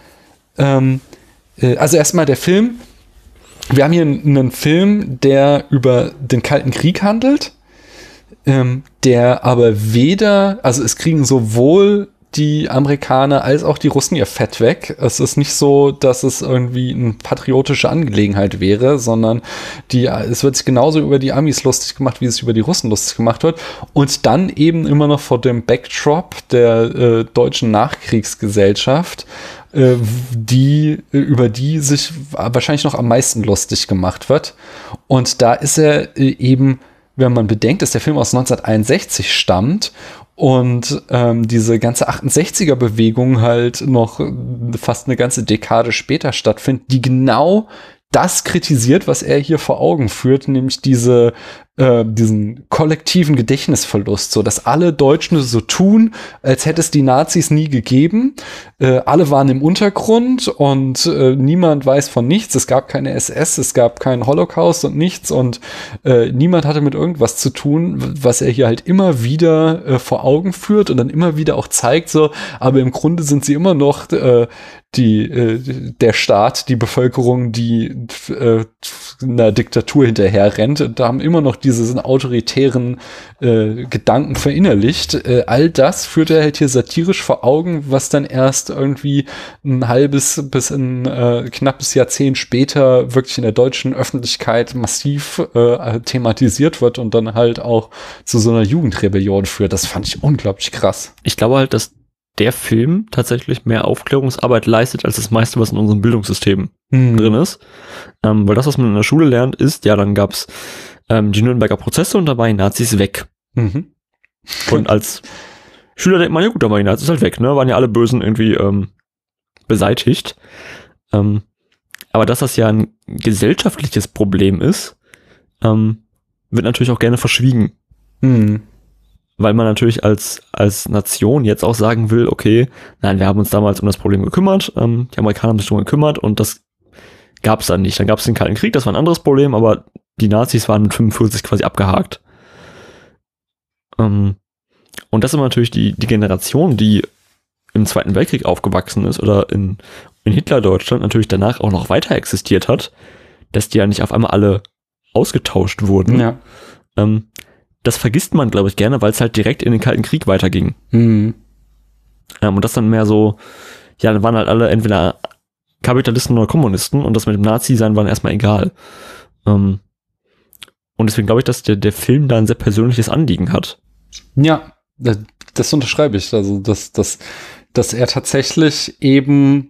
also erstmal der Film, wir haben hier einen Film, der über den Kalten Krieg handelt, der aber also es kriegen sowohl die Amerikaner als auch die Russen ihr Fett weg. Es ist nicht so, dass es irgendwie eine patriotische Angelegenheit wäre, sondern es wird sich genauso über die Amis lustig gemacht, wie es über die Russen lustig gemacht wird. Und dann eben immer noch vor dem Backdrop der deutschen Nachkriegsgesellschaft, über die sich wahrscheinlich noch am meisten lustig gemacht wird. Und da ist er eben, wenn man bedenkt, dass der Film aus 1961 stammt und diese ganze 68er-Bewegung halt noch fast eine ganze Dekade später stattfindet, die genau das kritisiert, was er hier vor Augen führt, nämlich diesen kollektiven Gedächtnisverlust, so dass alle Deutschen so tun, als hätte es die Nazis nie gegeben. Alle waren im Untergrund und niemand weiß von nichts. Es gab keine SS, es gab keinen Holocaust und nichts und niemand hatte mit irgendwas zu tun, was er hier halt immer wieder vor Augen führt und dann immer wieder auch zeigt, so, aber im Grunde sind sie immer noch der Staat, die Bevölkerung, die einer Diktatur hinterher rennt und da haben immer noch diesen autoritären Gedanken verinnerlicht. All das führt er halt hier satirisch vor Augen, was dann erst irgendwie ein halbes bis ein knappes Jahrzehnt später wirklich in der deutschen Öffentlichkeit massiv thematisiert wird und dann halt auch zu so einer Jugendrebellion führt. Das fand ich unglaublich krass. Ich glaube halt, dass der Film tatsächlich mehr Aufklärungsarbeit leistet, als das meiste, was in unserem Bildungssystem drin ist. Weil das, was man in der Schule lernt, ist, ja, dann gab's die Nürnberger Prozesse und dabei Nazis weg. Und als Schüler denkt man, ja gut, aber Nazi ist halt weg, ne? Waren ja alle Bösen irgendwie beseitigt. Aber dass das ja ein gesellschaftliches Problem ist, wird natürlich auch gerne verschwiegen. Weil man natürlich als Nation jetzt auch sagen will, okay, nein, wir haben uns damals um das Problem gekümmert, die Amerikaner haben sich darum gekümmert und das gab es dann nicht. Dann gab es den Kalten Krieg, das war ein anderes Problem, aber die Nazis waren mit 45 quasi abgehakt. Und das ist natürlich die Generation, die im Zweiten Weltkrieg aufgewachsen ist oder in Hitler-Deutschland natürlich danach auch noch weiter existiert hat, dass die ja nicht auf einmal alle ausgetauscht wurden. Ja. Das vergisst man, glaube ich, gerne, weil es halt direkt in den Kalten Krieg weiterging. Mhm. Und das dann mehr so, ja, dann waren halt alle entweder Kapitalisten oder Kommunisten und das mit dem Nazi-Sein war dann erstmal egal. Und deswegen glaube ich, dass der Film da ein sehr persönliches Anliegen hat. Ja, das unterschreibe ich. Also, dass er tatsächlich eben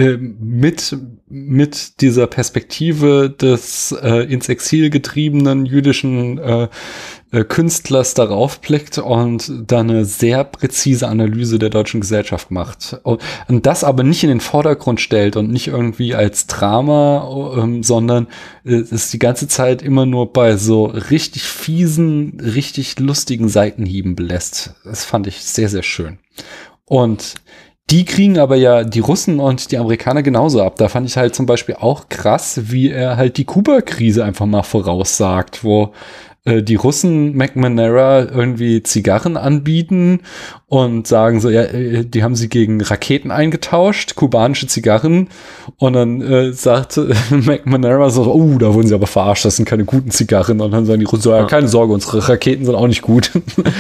mit dieser Perspektive des ins Exil getriebenen jüdischen Künstlers darauf blickt und da eine sehr präzise Analyse der deutschen Gesellschaft macht. Und das aber nicht in den Vordergrund stellt und nicht irgendwie als Drama, sondern es die ganze Zeit immer nur bei so richtig fiesen, richtig lustigen Seitenhieben belässt. Das fand ich sehr, sehr schön. Und die kriegen aber ja die Russen und die Amerikaner genauso ab. Da fand ich halt zum Beispiel auch krass, wie er halt die Kuba-Krise einfach mal voraussagt, wo die Russen McNamara irgendwie Zigarren anbieten und sagen so, ja, die haben sie gegen Raketen eingetauscht, kubanische Zigarren. Und dann sagt McNamara so, oh, da wurden sie aber verarscht, das sind keine guten Zigarren. Und dann sagen die Russen so, ja, keine Sorge, unsere Raketen sind auch nicht gut.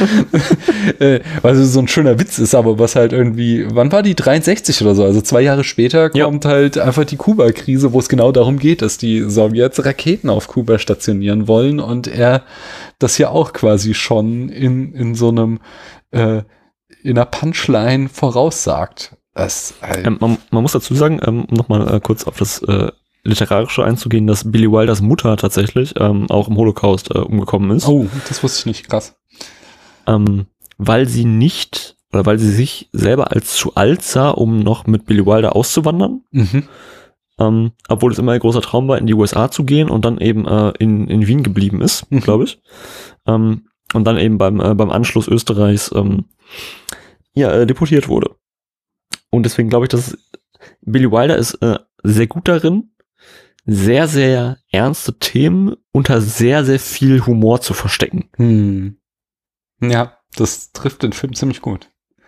Was so ein schöner Witz ist, aber was halt irgendwie, wann war die? 63 oder so? Also 2 Jahre später kommt halt einfach die Kuba-Krise, wo es genau darum geht, dass die Sowjets Raketen auf Kuba stationieren wollen und er das ja auch quasi schon in so einem in einer Punchline voraussagt. Man muss dazu sagen, um nochmal kurz auf das Literarische einzugehen, dass Billy Wilders Mutter tatsächlich auch im Holocaust umgekommen ist. Oh, das wusste ich nicht, krass. Weil sie sich selber als zu alt sah, um noch mit Billy Wilder auszuwandern. Obwohl es immer ein großer Traum war, in die USA zu gehen und dann eben in Wien geblieben ist, glaube ich. Und dann eben beim Anschluss Österreichs deportiert wurde. Und deswegen glaube ich, dass Billy Wilder ist sehr gut darin, sehr, sehr ernste Themen unter sehr, sehr viel Humor zu verstecken. Ja, das trifft den Film ziemlich gut.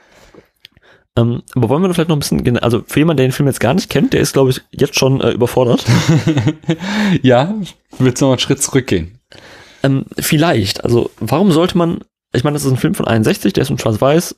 Aber wollen wir da vielleicht noch ein bisschen, also für jemanden, der den Film jetzt gar nicht kennt, der ist, glaube ich, jetzt schon überfordert. Ja, willst du noch einen Schritt zurückgehen? Vielleicht, also warum sollte man, ich meine, das ist ein Film von 61, der ist in Schwarz-Weiß,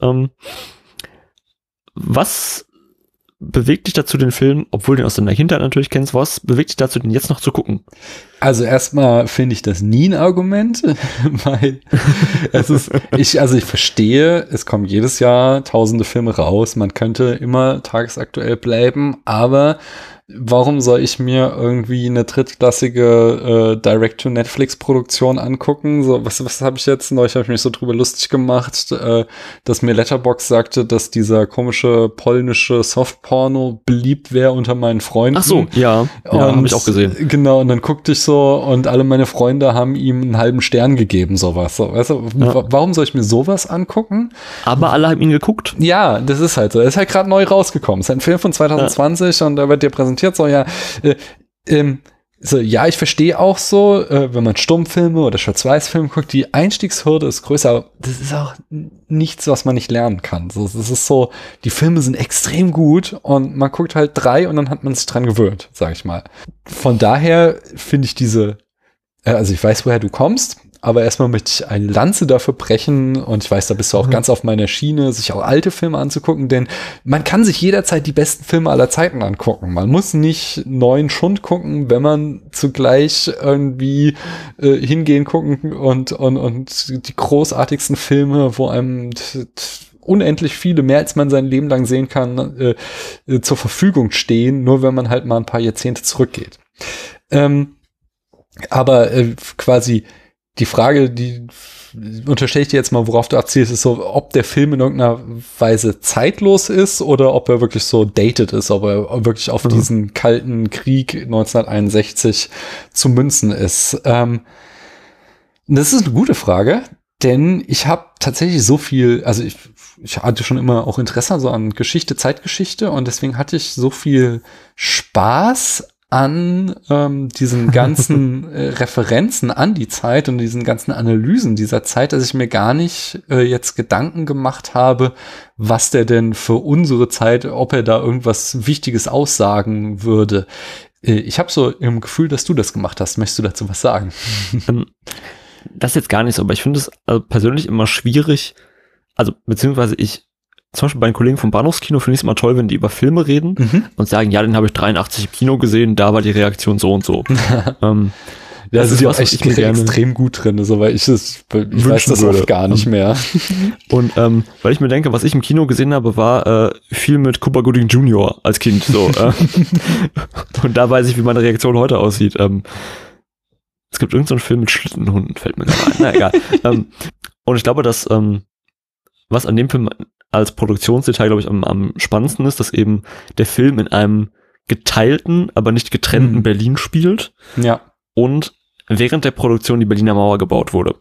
was bewegt dich dazu, den Film, obwohl du den aus deiner Kindheit natürlich kennst, was bewegt dich dazu, den jetzt noch zu gucken? Also erstmal finde ich das nie ein Argument, weil ich verstehe, es kommen jedes Jahr tausende Filme raus, man könnte immer tagesaktuell bleiben, aber warum soll ich mir irgendwie eine drittklassige Direct-to-Netflix-Produktion angucken? So, was habe ich jetzt? Neulich habe ich mich so drüber lustig gemacht, dass mir Letterboxd sagte, dass dieser komische polnische Softporno beliebt wäre unter meinen Freunden. Ach so, ja habe ich auch gesehen. Genau, und dann guckte ich so und alle meine Freunde haben ihm einen halben Stern gegeben, sowas. So, weißt du, warum soll ich mir sowas angucken? Aber alle haben ihn geguckt. Ja, das ist halt so. Er ist halt gerade neu rausgekommen. Es ist ein Film von 2020 und da wird dir präsentiert so, ich verstehe auch so, wenn man Stummfilme oder Schwarz-Weiß-Filme guckt, die Einstiegshürde ist größer, aber das ist auch nichts, was man nicht lernen kann. So, das ist so, die Filme sind extrem gut und man guckt halt 3 und dann hat man sich dran gewöhnt, sag ich mal. Von daher finde ich also ich weiß, woher du kommst, aber erstmal möchte ich eine Lanze dafür brechen und ich weiß, da bist du auch ganz auf meiner Schiene, sich auch alte Filme anzugucken, denn man kann sich jederzeit die besten Filme aller Zeiten angucken. Man muss nicht neuen Schund gucken, wenn man zugleich irgendwie hingehen gucken und die großartigsten Filme, wo einem unendlich viele, mehr als man sein Leben lang sehen kann, zur Verfügung stehen, nur wenn man halt mal ein paar Jahrzehnte zurückgeht. Aber quasi die Frage, die unterstelle ich dir jetzt mal, worauf du abzielst, ist so, ob der Film in irgendeiner Weise zeitlos ist oder ob er wirklich so dated ist, ob er wirklich auf diesen kalten Krieg 1961 zu münzen ist. Das ist eine gute Frage, denn ich habe tatsächlich so viel, also ich hatte schon immer auch Interesse so an Geschichte, Zeitgeschichte, und deswegen hatte ich so viel Spaß an diesen ganzen Referenzen an die Zeit und diesen ganzen Analysen dieser Zeit, dass ich mir gar nicht jetzt Gedanken gemacht habe, was der denn für unsere Zeit, ob er da irgendwas Wichtiges aussagen würde. Ich habe so im Gefühl, dass du das gemacht hast. Möchtest du dazu was sagen? Das jetzt gar nicht so, aber ich finde es persönlich immer schwierig, also beziehungsweise zum Beispiel bei den Kollegen vom Bahnhofskino finde ich es immer toll, wenn die über Filme reden und sagen, ja, den habe ich 83 im Kino gesehen, da war die Reaktion so und so. Das ist ja auch echt extrem gut drin, also, weil ich weiß das oft gar nicht mehr. Und weil ich mir denke, was ich im Kino gesehen habe, war viel mit Cuba Gooding Jr. als Kind. So, und da weiß ich, wie meine Reaktion heute aussieht. Es gibt irgendeinen Film mit Schlittenhunden, fällt mir gerade ein. Na egal. Und ich glaube, dass was an dem Film als Produktionsdetail, glaube ich, am spannendsten ist, dass eben der Film in einem geteilten, aber nicht getrennten Berlin spielt. Ja. Und während der Produktion die Berliner Mauer gebaut wurde.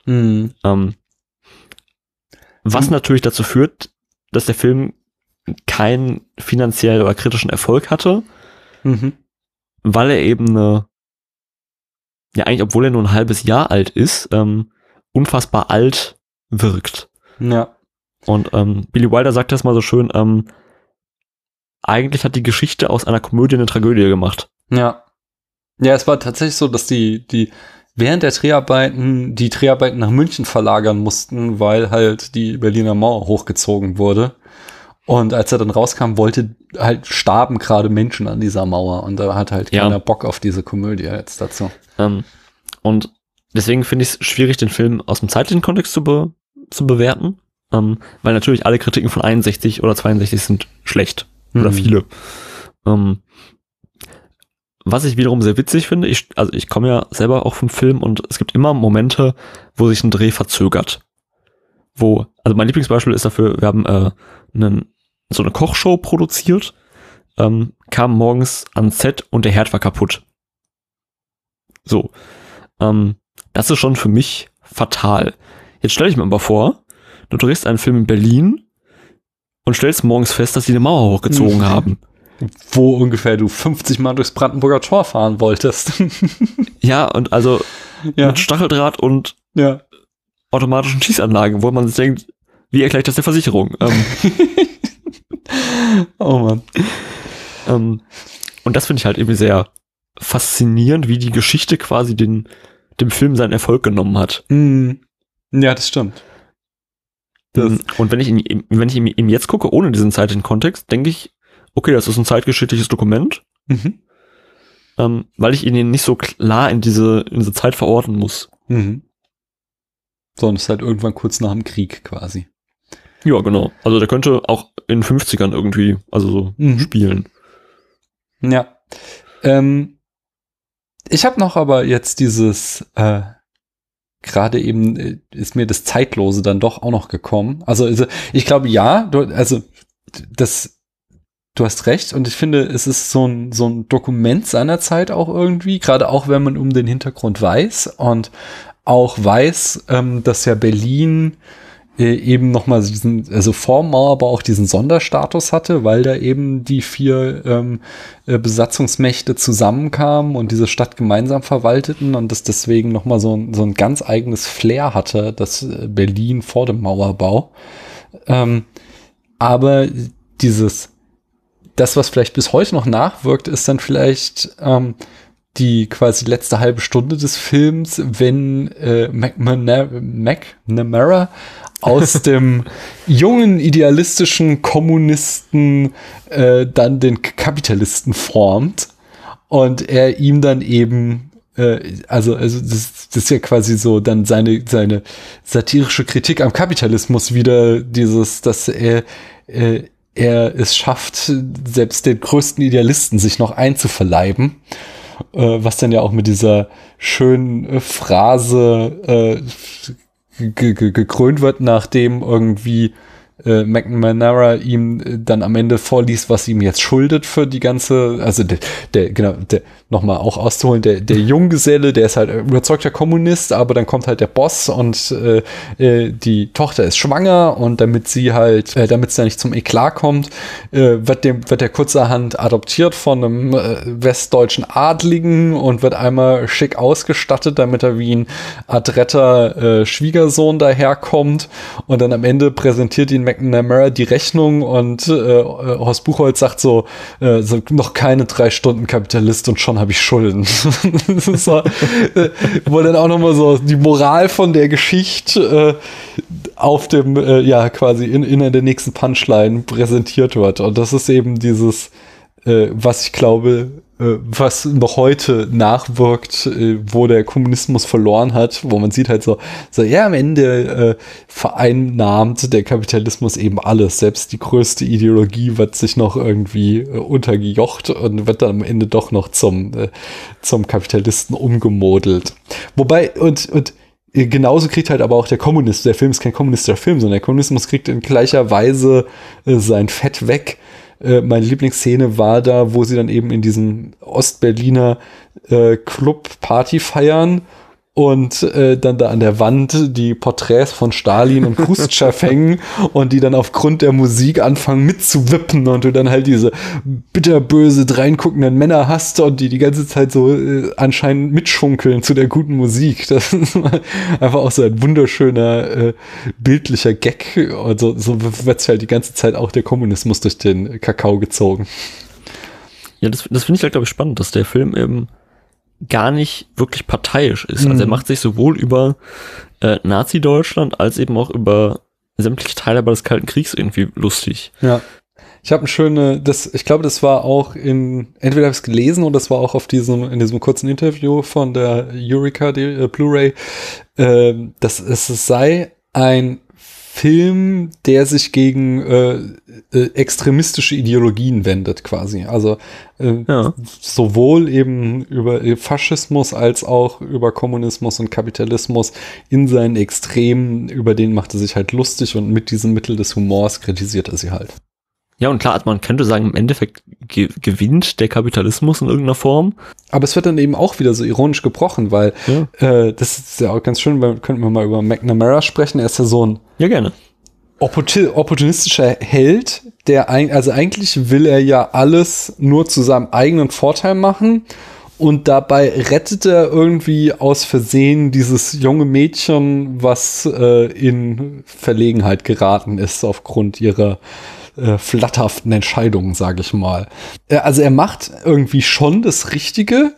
Was natürlich dazu führt, dass der Film keinen finanziellen oder kritischen Erfolg hatte, weil er eben eigentlich, obwohl er nur ein halbes Jahr alt ist, unfassbar alt wirkt. Ja. Und Billy Wilder sagt das mal so schön, eigentlich hat die Geschichte aus einer Komödie eine Tragödie gemacht. Ja. Ja, es war tatsächlich so, dass die während der Dreharbeiten die Dreharbeiten nach München verlagern mussten, weil halt die Berliner Mauer hochgezogen wurde. Und als er dann rauskam, starben gerade Menschen an dieser Mauer. Und da hat halt keiner Bock auf diese Komödie jetzt dazu. Und deswegen finde ich es schwierig, den Film aus dem zeitlichen Kontext zu bewerten. Weil natürlich alle Kritiken von 61 oder 62 sind schlecht. Oder viele. Was ich wiederum sehr witzig finde, ich komme ja selber auch vom Film und es gibt immer Momente, wo sich ein Dreh verzögert. Also mein Lieblingsbeispiel ist dafür, wir haben so eine Kochshow produziert, kam morgens ans Set und der Herd war kaputt. So. Das ist schon für mich fatal. Jetzt stelle ich mir aber vor, du drehst einen Film in Berlin und stellst morgens fest, dass die eine Mauer hochgezogen haben. Wo ungefähr du 50 Mal durchs Brandenburger Tor fahren wolltest. Ja, und also mit Stacheldraht und automatischen Schießanlagen, wo man sich denkt, wie erkläre ich das der Versicherung? Oh Mann. Und das finde ich halt irgendwie sehr faszinierend, wie die Geschichte quasi dem Film seinen Erfolg genommen hat. Ja, das stimmt. Und wenn ich ihn jetzt gucke, ohne diesen zeitlichen Kontext, denke ich, okay, das ist ein zeitgeschichtliches Dokument, weil ich ihn nicht so klar in diese Zeit verorten muss. Sondern es ist halt irgendwann kurz nach dem Krieg quasi. Ja, genau. Also der könnte auch in den 50ern irgendwie, spielen. Ja. Ich habe noch aber jetzt dieses gerade eben ist mir das Zeitlose dann doch auch noch gekommen. Also ich glaube, du hast recht und ich finde, es ist so ein Dokument seiner Zeit auch irgendwie, gerade auch wenn man um den Hintergrund weiß und auch weiß, dass ja Berlin eben nochmal vor Mauerbau auch diesen Sonderstatus hatte, weil da eben die 4 Besatzungsmächte zusammenkamen und diese Stadt gemeinsam verwalteten und das deswegen nochmal so ein ganz eigenes Flair hatte, das Berlin vor dem Mauerbau. Aber das, was vielleicht bis heute noch nachwirkt, ist dann vielleicht die quasi letzte halbe Stunde des Films, wenn McNamara aus dem jungen, idealistischen Kommunisten dann den Kapitalisten formt und er ihm dann eben das ist ja quasi so dann seine satirische Kritik am Kapitalismus wieder dass er es schafft, selbst den größten Idealisten sich noch einzuverleiben. was dann ja auch mit dieser schönen Phrase gekrönt wird, nachdem irgendwie McNamara ihm dann am Ende vorliest, was ihm jetzt schuldet für die ganze, also nochmal auch auszuholen, der Junggeselle, der ist halt überzeugter Kommunist, aber dann kommt halt der Boss und die Tochter ist schwanger und damit sie da nicht zum Eklat kommt, wird der kurzerhand adoptiert von einem westdeutschen Adligen und wird einmal schick ausgestattet, damit er wie ein adretter Schwiegersohn daherkommt und dann am Ende präsentiert ihn McNamara die Rechnung und Horst Buchholz sagt so noch keine 3 Stunden Kapitalist und schon habe ich Schulden. Das ist so, wo dann auch nochmal so die Moral von der Geschichte auf dem, quasi in der nächsten Punchline präsentiert wird. Und das ist eben dieses, was ich glaube, was noch heute nachwirkt, wo der Kommunismus verloren hat, wo man sieht halt so am Ende vereinnahmt der Kapitalismus eben alles, selbst die größte Ideologie wird sich noch irgendwie untergejocht und wird dann am Ende doch noch zum Kapitalisten umgemodelt. Wobei, und genauso kriegt halt aber auch der Kommunist, der Film ist kein kommunistischer Film, sondern der Kommunismus kriegt in gleicher Weise sein Fett weg. Meine Lieblingsszene war da, wo sie dann eben in diesem Ostberliner Club Party feiern und dann da an der Wand die Porträts von Stalin und Khrushchev hängen und die dann aufgrund der Musik anfangen mitzuwippen und du dann halt diese bitterböse dreinguckenden Männer hast und die ganze Zeit so anscheinend mitschunkeln zu der guten Musik. Das ist einfach auch so ein wunderschöner bildlicher Gag und so wird halt die ganze Zeit auch der Kommunismus durch den Kakao gezogen. Ja, das finde ich halt, glaube ich, spannend, dass der Film eben gar nicht wirklich parteiisch ist. Also er macht sich sowohl über Nazi-Deutschland als eben auch über sämtliche Teilhaber des Kalten Kriegs irgendwie lustig. Ja. Ich habe ich glaube, das war auch entweder habe ich es gelesen oder das war auch in diesem kurzen Interview von der Eureka Blu-ray, dass es sei ein Film, der sich gegen extremistische Ideologien wendet quasi. Also sowohl eben über Faschismus als auch über Kommunismus und Kapitalismus in seinen Extremen, über den macht er sich halt lustig und mit diesem Mittel des Humors kritisiert er sie halt. Ja, und klar, man könnte sagen, im Endeffekt gewinnt der Kapitalismus in irgendeiner Form. Aber es wird dann eben auch wieder so ironisch gebrochen, weil das ist ja auch ganz schön, weil könnten wir mal über McNamara sprechen. Er ist ja so ein gerne opportunistischer Held, also eigentlich will er ja alles nur zu seinem eigenen Vorteil machen und dabei rettet er irgendwie aus Versehen dieses junge Mädchen, was in Verlegenheit geraten ist aufgrund ihrer flatterhaften Entscheidungen, sage ich mal. Also er macht irgendwie schon das Richtige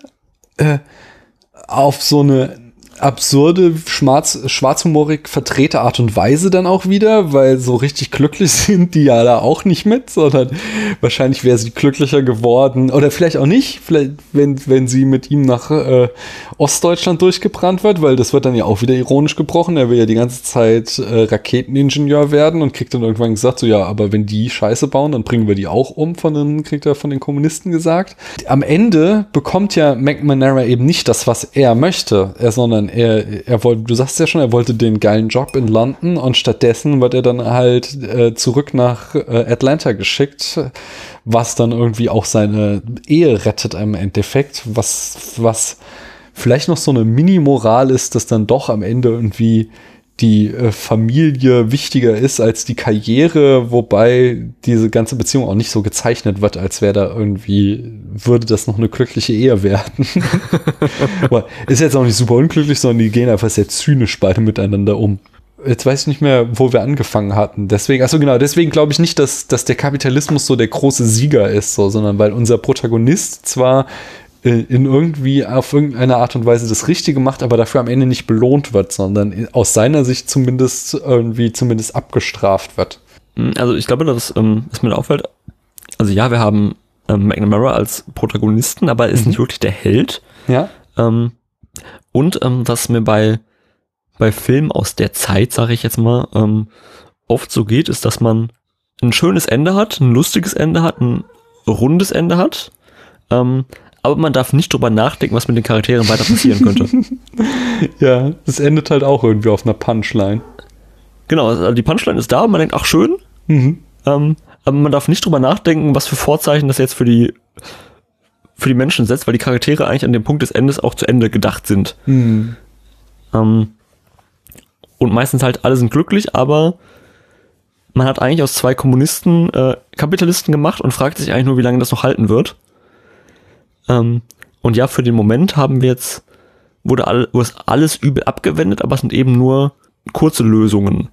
auf so eine absurde, schwarzhumorig verdrehte Art und Weise dann auch wieder, weil so richtig glücklich sind die ja da auch nicht mit, sondern wahrscheinlich wäre sie glücklicher geworden oder vielleicht auch nicht, vielleicht wenn sie mit ihm nach Ostdeutschland durchgebrannt wird, weil das wird dann ja auch wieder ironisch gebrochen, er will ja die ganze Zeit Raketeningenieur werden und kriegt dann irgendwann gesagt, so ja, aber wenn die Scheiße bauen, dann bringen wir die auch um, kriegt er von den Kommunisten gesagt. Am Ende bekommt ja McNamara eben nicht das, was er möchte, sondern er wollte, du sagst ja schon, er wollte den geilen Job in London und stattdessen wird er dann halt zurück nach Atlanta geschickt, was dann irgendwie auch seine Ehe rettet im Endeffekt, was vielleicht noch so eine Mini-Moral ist, dass dann doch am Ende irgendwie die Familie wichtiger ist als die Karriere, wobei diese ganze Beziehung auch nicht so gezeichnet wird, als würde das noch eine glückliche Ehe werden. Ist jetzt auch nicht super unglücklich, sondern die gehen einfach sehr zynisch beide miteinander um. Jetzt weiß ich nicht mehr, wo wir angefangen hatten. Deswegen glaube ich nicht, dass der Kapitalismus so der große Sieger ist, sondern weil unser Protagonist zwar auf irgendeine Art und Weise das Richtige macht, aber dafür am Ende nicht belohnt wird, sondern aus seiner Sicht zumindest abgestraft wird. Also ich glaube, dass es mir auffällt, also ja, wir haben McNamara als Protagonisten, aber er ist nicht wirklich der Held. Ja. Und was mir bei Filmen aus der Zeit, sage ich jetzt mal, oft so geht, ist, dass man ein schönes Ende hat, ein lustiges Ende hat, ein rundes Ende hat, aber man darf nicht drüber nachdenken, was mit den Charakteren weiter passieren könnte. Ja, es endet halt auch irgendwie auf einer Punchline. Genau, also die Punchline ist da und man denkt, ach schön, aber man darf nicht drüber nachdenken, was für Vorzeichen das jetzt für die Menschen setzt, weil die Charaktere eigentlich an dem Punkt des Endes auch zu Ende gedacht sind. Und meistens halt alle sind glücklich, aber man hat eigentlich aus 2 Kommunisten Kapitalisten gemacht und fragt sich eigentlich nur, wie lange das noch halten wird. Und ja, für den Moment wurde alles übel abgewendet, aber es sind eben nur kurze Lösungen.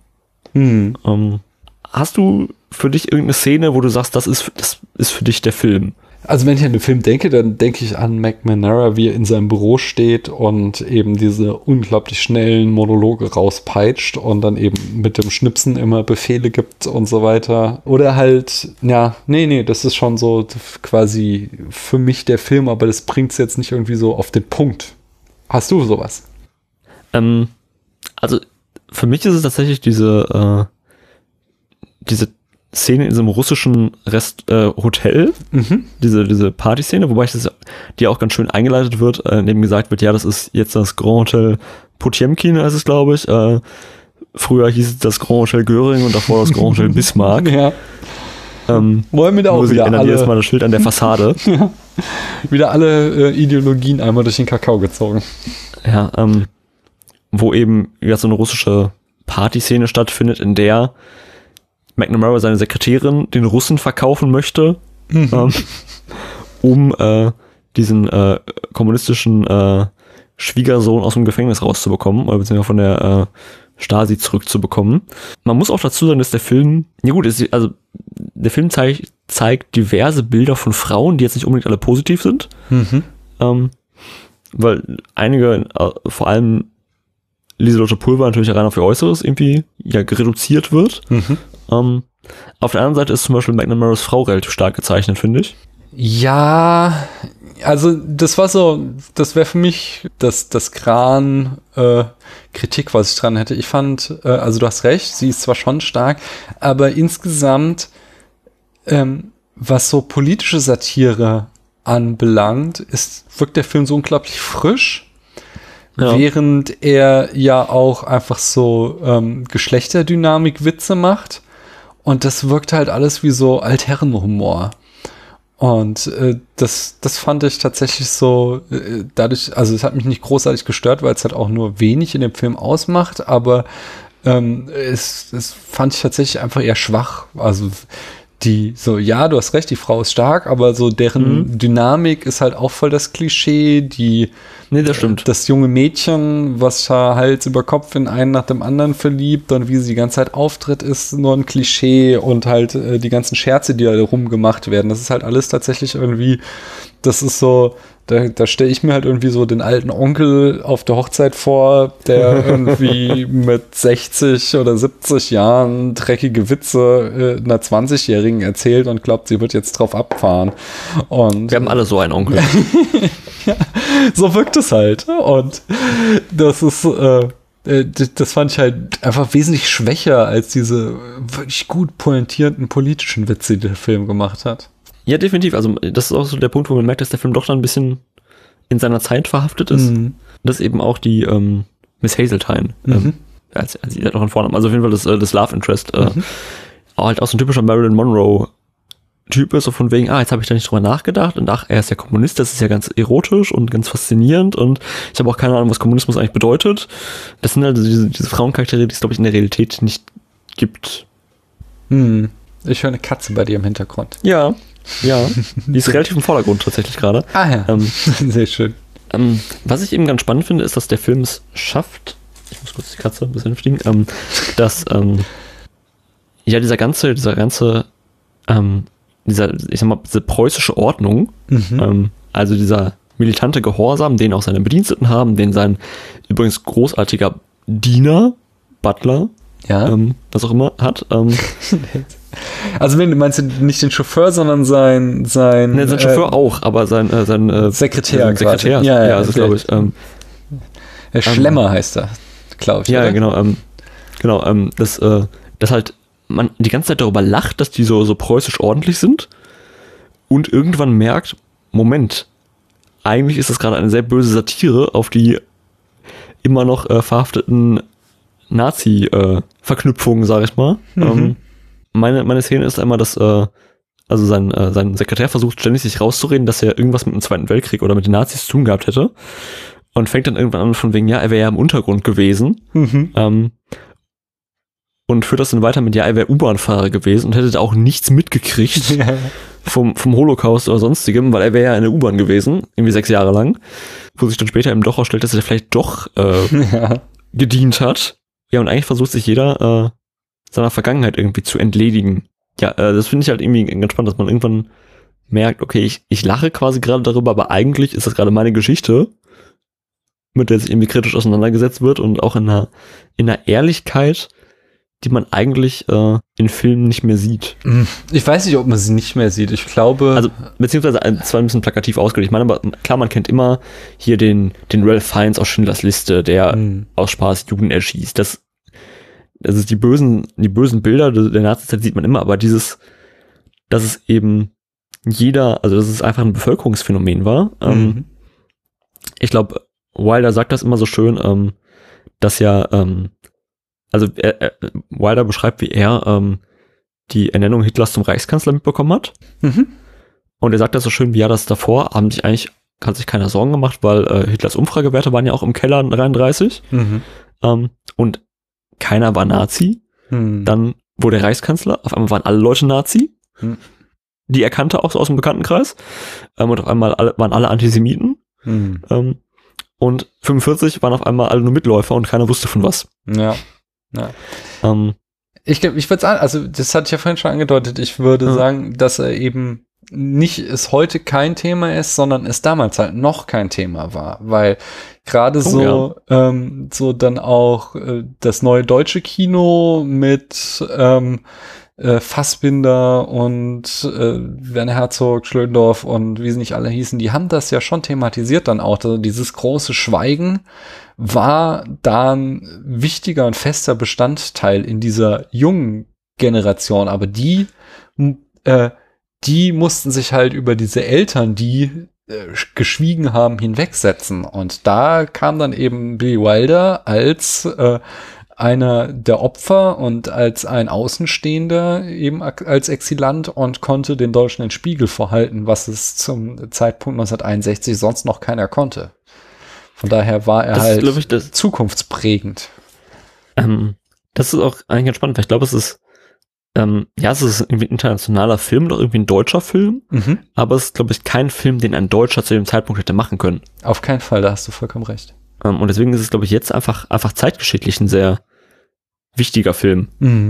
Hast du für dich irgendeine Szene, wo du sagst, das ist für dich der Film? Also wenn ich an den Film denke, dann denke ich an Mac Manara, wie er in seinem Büro steht und eben diese unglaublich schnellen Monologe rauspeitscht und dann eben mit dem Schnipsen immer Befehle gibt und so weiter. Oder halt, ja, nee, das ist schon so quasi für mich der Film, aber das bringt es jetzt nicht irgendwie so auf den Punkt. Hast du sowas? Also für mich ist es tatsächlich diese Szene in diesem russischen Hotel, diese Partyszene, wobei die auch ganz schön eingeleitet wird, indem gesagt wird, ja, das ist jetzt das Grand Hotel Potemkin, heißt es, glaube ich. Früher hieß es das Grand Hotel Göring und davor das Grand Hotel Bismarck. Ja. Wollen wir da auch wieder alle... jedes Mal das Schild an der Fassade. Ja. Wieder alle Ideologien einmal durch den Kakao gezogen. Ja, wo eben so eine russische Partyszene stattfindet, in der McNamara, seine Sekretärin, den Russen verkaufen möchte, um diesen kommunistischen Schwiegersohn aus dem Gefängnis rauszubekommen, oder beziehungsweise von der Stasi zurückzubekommen. Man muss auch dazu sagen, dass der Film, der Film zeigt diverse Bilder von Frauen, die jetzt nicht unbedingt alle positiv sind, weil einige, vor allem Lieselotte Pulver, natürlich rein auf ihr Äußeres irgendwie reduziert wird. Auf der anderen Seite ist zum Beispiel McNamaras Frau relativ stark gezeichnet, finde ich. Ja, also das wäre für mich das Kran Kritik, was ich dran hätte. Ich fand, also du hast recht, sie ist zwar schon stark, aber insgesamt, was so politische Satire anbelangt, wirkt der Film so unglaublich frisch. Ja. Während er ja auch einfach so Geschlechterdynamik-Witze macht. Und das wirkt halt alles wie so Altherrenhumor. Und das fand ich tatsächlich so dadurch, also es hat mich nicht großartig gestört, weil es halt auch nur wenig in dem Film ausmacht, aber es fand ich tatsächlich einfach eher schwach. Also du hast recht, die Frau ist stark, aber so deren Dynamik ist halt auch voll das Klischee, das stimmt. Das junge Mädchen, was Hals über Kopf in einen nach dem anderen verliebt und wie sie die ganze Zeit auftritt, ist nur ein Klischee und halt die ganzen Scherze, die da rumgemacht werden, das ist halt alles tatsächlich irgendwie, das ist so, da stelle ich mir halt irgendwie so den alten Onkel auf der Hochzeit vor, der irgendwie mit 60 oder 70 Jahren dreckige Witze einer 20-Jährigen erzählt und glaubt, sie wird jetzt drauf abfahren. Und wir haben alle so einen Onkel. Ja, so wirkt es halt. Und das ist, das fand ich halt einfach wesentlich schwächer als diese wirklich gut pointierten politischen Witze, die der Film gemacht hat. Ja, definitiv. Also das ist auch so der Punkt, wo man merkt, dass der Film doch dann ein bisschen in seiner Zeit verhaftet ist. Das ist eben auch die Miss Hazeltine. Sie hat auch einen Vornamen. Also auf jeden Fall das Love Interest. Auch halt auch so ein typischer Marilyn Monroe Typ ist, so von wegen, jetzt habe ich da nicht drüber nachgedacht und er ist ja Kommunist, das ist ja ganz erotisch und ganz faszinierend und ich habe auch keine Ahnung, was Kommunismus eigentlich bedeutet. Das sind halt diese Frauencharaktere, die es, glaube ich, in der Realität nicht gibt. Ich höre eine Katze bei dir im Hintergrund. Ja, die ist relativ im Vordergrund tatsächlich gerade. Ah ja, sehr schön. Was ich eben ganz spannend finde, ist, dass der Film es schafft, ich muss kurz die Katze ein bisschen fliegen, dass diese preußische Ordnung, also dieser militante Gehorsam, den auch seine Bediensteten haben, den sein übrigens großartiger Diener, Butler, was auch immer, hat. Also meinst du nicht den Chauffeur, sondern sein Chauffeur auch, aber sein Sekretär. Sekretär, ja, also glaube ich. Schlemmer heißt er, glaube ich. Ja, oder? genau. Das halt man die ganze Zeit darüber lacht, dass die so preußisch ordentlich sind und irgendwann merkt, Moment, eigentlich ist das gerade eine sehr böse Satire auf die immer noch verhafteten Nazi-Verknüpfungen, sag ich mal. Meine Szene ist einmal, dass also sein Sekretär versucht ständig sich rauszureden, dass er irgendwas mit dem Zweiten Weltkrieg oder mit den Nazis zu tun gehabt hätte und fängt dann irgendwann an von wegen, ja, er wäre ja im Untergrund gewesen und führt das dann weiter mit, ja, er wäre U-Bahn-Fahrer gewesen und hätte da auch nichts mitgekriegt vom Holocaust oder sonstigem, weil er wäre ja in der U-Bahn gewesen, irgendwie 6 Jahre lang, wo sich dann später eben doch ausstellt, dass er vielleicht doch gedient hat. Ja, und eigentlich versucht sich jeder seiner Vergangenheit irgendwie zu entledigen. Ja, das finde ich halt irgendwie ganz spannend, dass man irgendwann merkt, okay, ich lache quasi gerade darüber, aber eigentlich ist das gerade meine Geschichte, mit der sich irgendwie kritisch auseinandergesetzt wird und auch in einer Ehrlichkeit, die man eigentlich in Filmen nicht mehr sieht. Ich weiß nicht, ob man sie nicht mehr sieht. Ich glaube... Also, beziehungsweise, zwar ein bisschen plakativ ausgedrückt. Ich meine, aber klar, man kennt immer hier den Ralph Fiennes aus Schindlers Liste, der aus Spaß Juden erschießt. Das ist die bösen Bilder der Nazizeit sieht man immer, aber dass es eben dass es einfach ein Bevölkerungsphänomen war. Ich glaube, Wilder sagt das immer so schön, dass ja, also Wilder beschreibt, wie er die Ernennung Hitlers zum Reichskanzler mitbekommen hat. Und er sagt das so schön, wie ja, das davor hat sich keiner Sorgen gemacht, weil Hitlers Umfragewerte waren ja auch im Keller 33. Und keiner war Nazi. Dann wurde er Reichskanzler. Auf einmal waren alle Leute Nazi. Die er kannte auch so aus dem Bekanntenkreis. Und auf einmal waren alle Antisemiten. Und 45 waren auf einmal alle nur Mitläufer und keiner wusste von was. Ja. Ich glaube, ich würde sagen, also das hatte ich ja vorhin schon angedeutet, ich würde sagen, dass er eben es heute kein Thema ist, sondern es damals halt noch kein Thema war, weil gerade so dann auch das neue deutsche Kino mit Fassbinder und Werner Herzog, Schlöndorff und wie sie nicht alle hießen, die haben das ja schon thematisiert dann auch. Also dieses große Schweigen war da ein wichtiger und fester Bestandteil in dieser jungen Generation, aber die mussten sich halt über diese Eltern, die geschwiegen haben, hinwegsetzen. Und da kam dann eben Billy Wilder als einer der Opfer und als ein Außenstehender eben als Exilant und konnte den Deutschen den Spiegel vorhalten, was es zum Zeitpunkt 1961 sonst noch keiner konnte. Von daher war er zukunftsprägend. Das ist auch eigentlich ganz spannend, weil ich glaube, es ist es ist irgendwie ein internationaler Film oder irgendwie ein deutscher Film, aber es ist, glaube ich, kein Film, den ein Deutscher zu dem Zeitpunkt hätte machen können. Auf keinen Fall, da hast du vollkommen recht. Und deswegen ist es, glaube ich, jetzt einfach zeitgeschichtlich ein sehr wichtiger Film.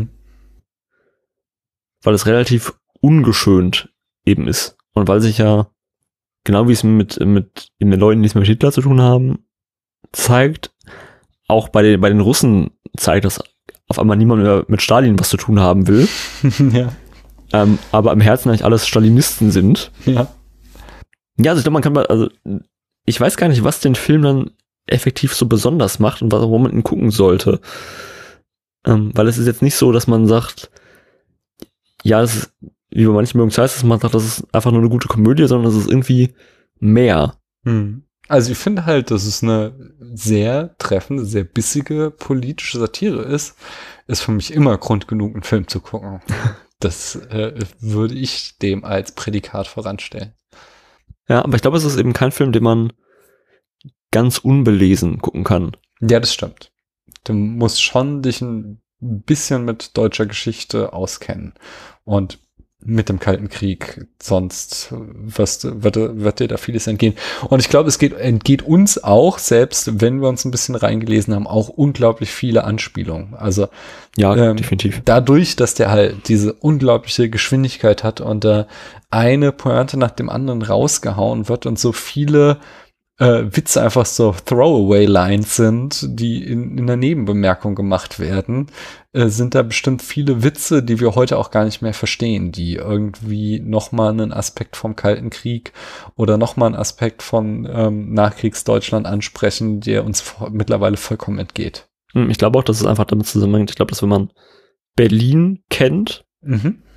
Weil es relativ ungeschönt eben ist. Und weil sich ja, genau wie es mit den Leuten, die es mit Hitler zu tun haben, zeigt, auch bei den Russen zeigt, dass auf einmal niemand mehr mit Stalin was zu tun haben will. Aber im Herzen eigentlich alles Stalinisten sind. Ja, also ich glaube, ich weiß gar nicht, was den Film dann effektiv so besonders macht und warum man ihn gucken sollte. Weil es ist jetzt nicht so, dass man sagt, ja, das ist, wie bei manchen mögen es heißt, dass man sagt, das ist einfach nur eine gute Komödie, sondern das ist irgendwie mehr. Also ich finde halt, dass es eine sehr treffende, sehr bissige politische Satire ist für mich immer Grund genug, einen Film zu gucken. Das würde ich dem als Prädikat voranstellen. Ja, aber ich glaube, es ist eben kein Film, den man ganz unbelesen gucken kann. Ja, das stimmt. Du musst schon dich ein bisschen mit deutscher Geschichte auskennen und mit dem Kalten Krieg, sonst wird dir da vieles entgehen. Und ich glaube, es entgeht uns auch, selbst wenn wir uns ein bisschen reingelesen haben, auch unglaublich viele Anspielungen. Also ja, definitiv. Dadurch, dass der halt diese unglaubliche Geschwindigkeit hat und da eine Pointe nach dem anderen rausgehauen wird und so viele Witze einfach so Throwaway-Lines sind, die in der Nebenbemerkung gemacht werden, sind da bestimmt viele Witze, die wir heute auch gar nicht mehr verstehen, die irgendwie nochmal einen Aspekt vom Kalten Krieg oder nochmal einen Aspekt von Nachkriegsdeutschland ansprechen, der uns mittlerweile vollkommen entgeht. Ich glaube auch, dass es einfach damit zusammenhängt. Ich glaube, dass wenn man Berlin kennt,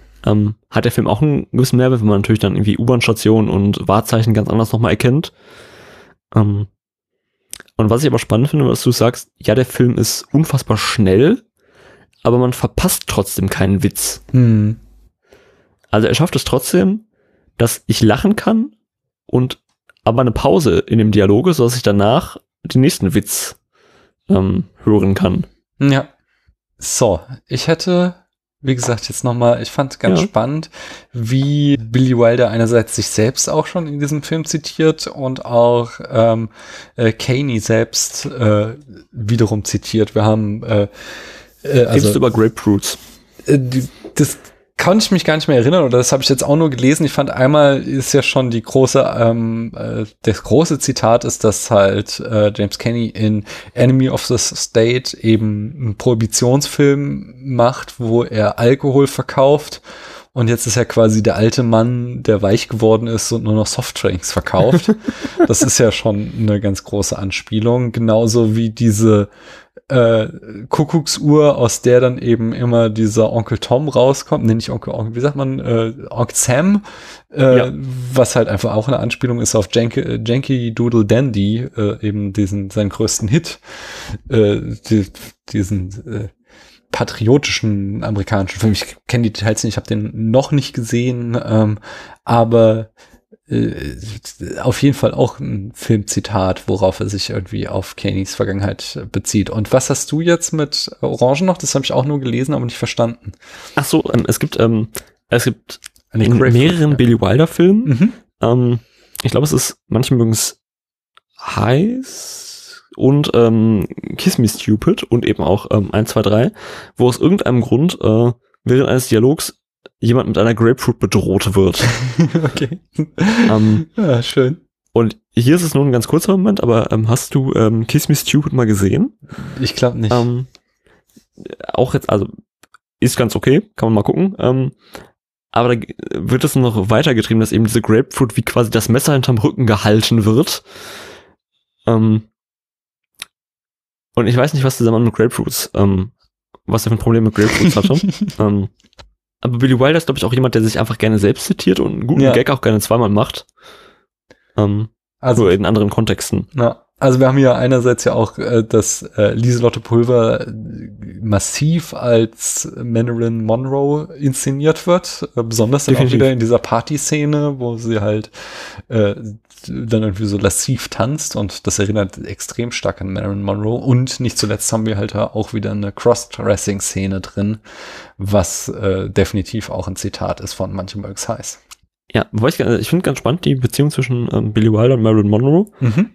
hat der Film auch einen gewissen Mehrwert, wenn man natürlich dann irgendwie U-Bahn-Stationen und Wahrzeichen ganz anders nochmal erkennt. Und was ich aber spannend finde, was du sagst, ja, der Film ist unfassbar schnell, aber man verpasst trotzdem keinen Witz. Also er schafft es trotzdem, dass ich lachen kann und aber eine Pause in dem Dialog ist, sodass ich danach den nächsten Witz hören kann. Ja. So, ich hätte, wie gesagt, jetzt nochmal, ich fand ganz spannend, wie Billy Wilder einerseits sich selbst auch schon in diesem Film zitiert und auch Caney selbst wiederum zitiert. Wir haben Redest du über Grapefruits? Das konnte ich mich gar nicht mehr erinnern, oder das habe ich jetzt auch nur gelesen. Ich fand, einmal ist ja schon die das große Zitat ist, dass halt James Caney in Enemy of the State eben einen Prohibitionsfilm macht, wo er Alkohol verkauft. Und jetzt ist er quasi der alte Mann, der weich geworden ist und nur noch Softdrinks verkauft. Das ist ja schon eine ganz große Anspielung. Genauso wie diese Kuckucksuhr, aus der dann eben immer dieser Onkel Tom rauskommt. Nee, nicht Onkel, wie sagt man? Onkel Sam. Was halt einfach auch eine Anspielung ist auf Yankee Doodle Dandy, eben seinen größten Hit. Diesen patriotischen amerikanischen Film. Ich kenne die Details nicht, ich habe den noch nicht gesehen, aber auf jeden Fall auch ein Filmzitat, worauf er sich irgendwie auf Caneys Vergangenheit bezieht. Und was hast du jetzt mit Orangen noch? Das habe ich auch nur gelesen, aber nicht verstanden. Ach so, es gibt in mehreren Billy Wilder Filmen, ich glaube, es ist, manche mögen es heiß und Kiss Me Stupid und eben auch 1, 2, 3, wo aus irgendeinem Grund während eines Dialogs jemand mit einer Grapefruit bedroht wird. Okay. Ja, schön. Und hier ist es nur ein ganz kurzer Moment, aber hast du Kiss Me Stupid mal gesehen? Ich glaube nicht. Auch jetzt, also ist ganz okay, kann man mal gucken. Aber da wird es noch weitergetrieben, dass eben diese Grapefruit wie quasi das Messer hinterm Rücken gehalten wird. Und ich weiß nicht, was dieser Mann mit Grapefruits, was er für ein Problem mit Grapefruits hatte. Aber Billy Wilder ist, glaube ich, auch jemand, der sich einfach gerne selbst zitiert und einen guten Gag auch gerne zweimal macht. Also nur in anderen Kontexten. Ja, also wir haben ja einerseits ja auch, dass Lieselotte Pulver massiv als Marilyn Monroe inszeniert wird. Besonders dann auch wieder in dieser Party-Szene, wo sie halt dann irgendwie so lassiv tanzt, und das erinnert extrem stark an Marilyn Monroe. Und nicht zuletzt haben wir halt auch wieder eine Cross-Dressing-Szene drin, was definitiv auch ein Zitat ist von Manche mögen's heiß. Ja, ich finde ganz spannend die Beziehung zwischen Billy Wilder und Marilyn Monroe,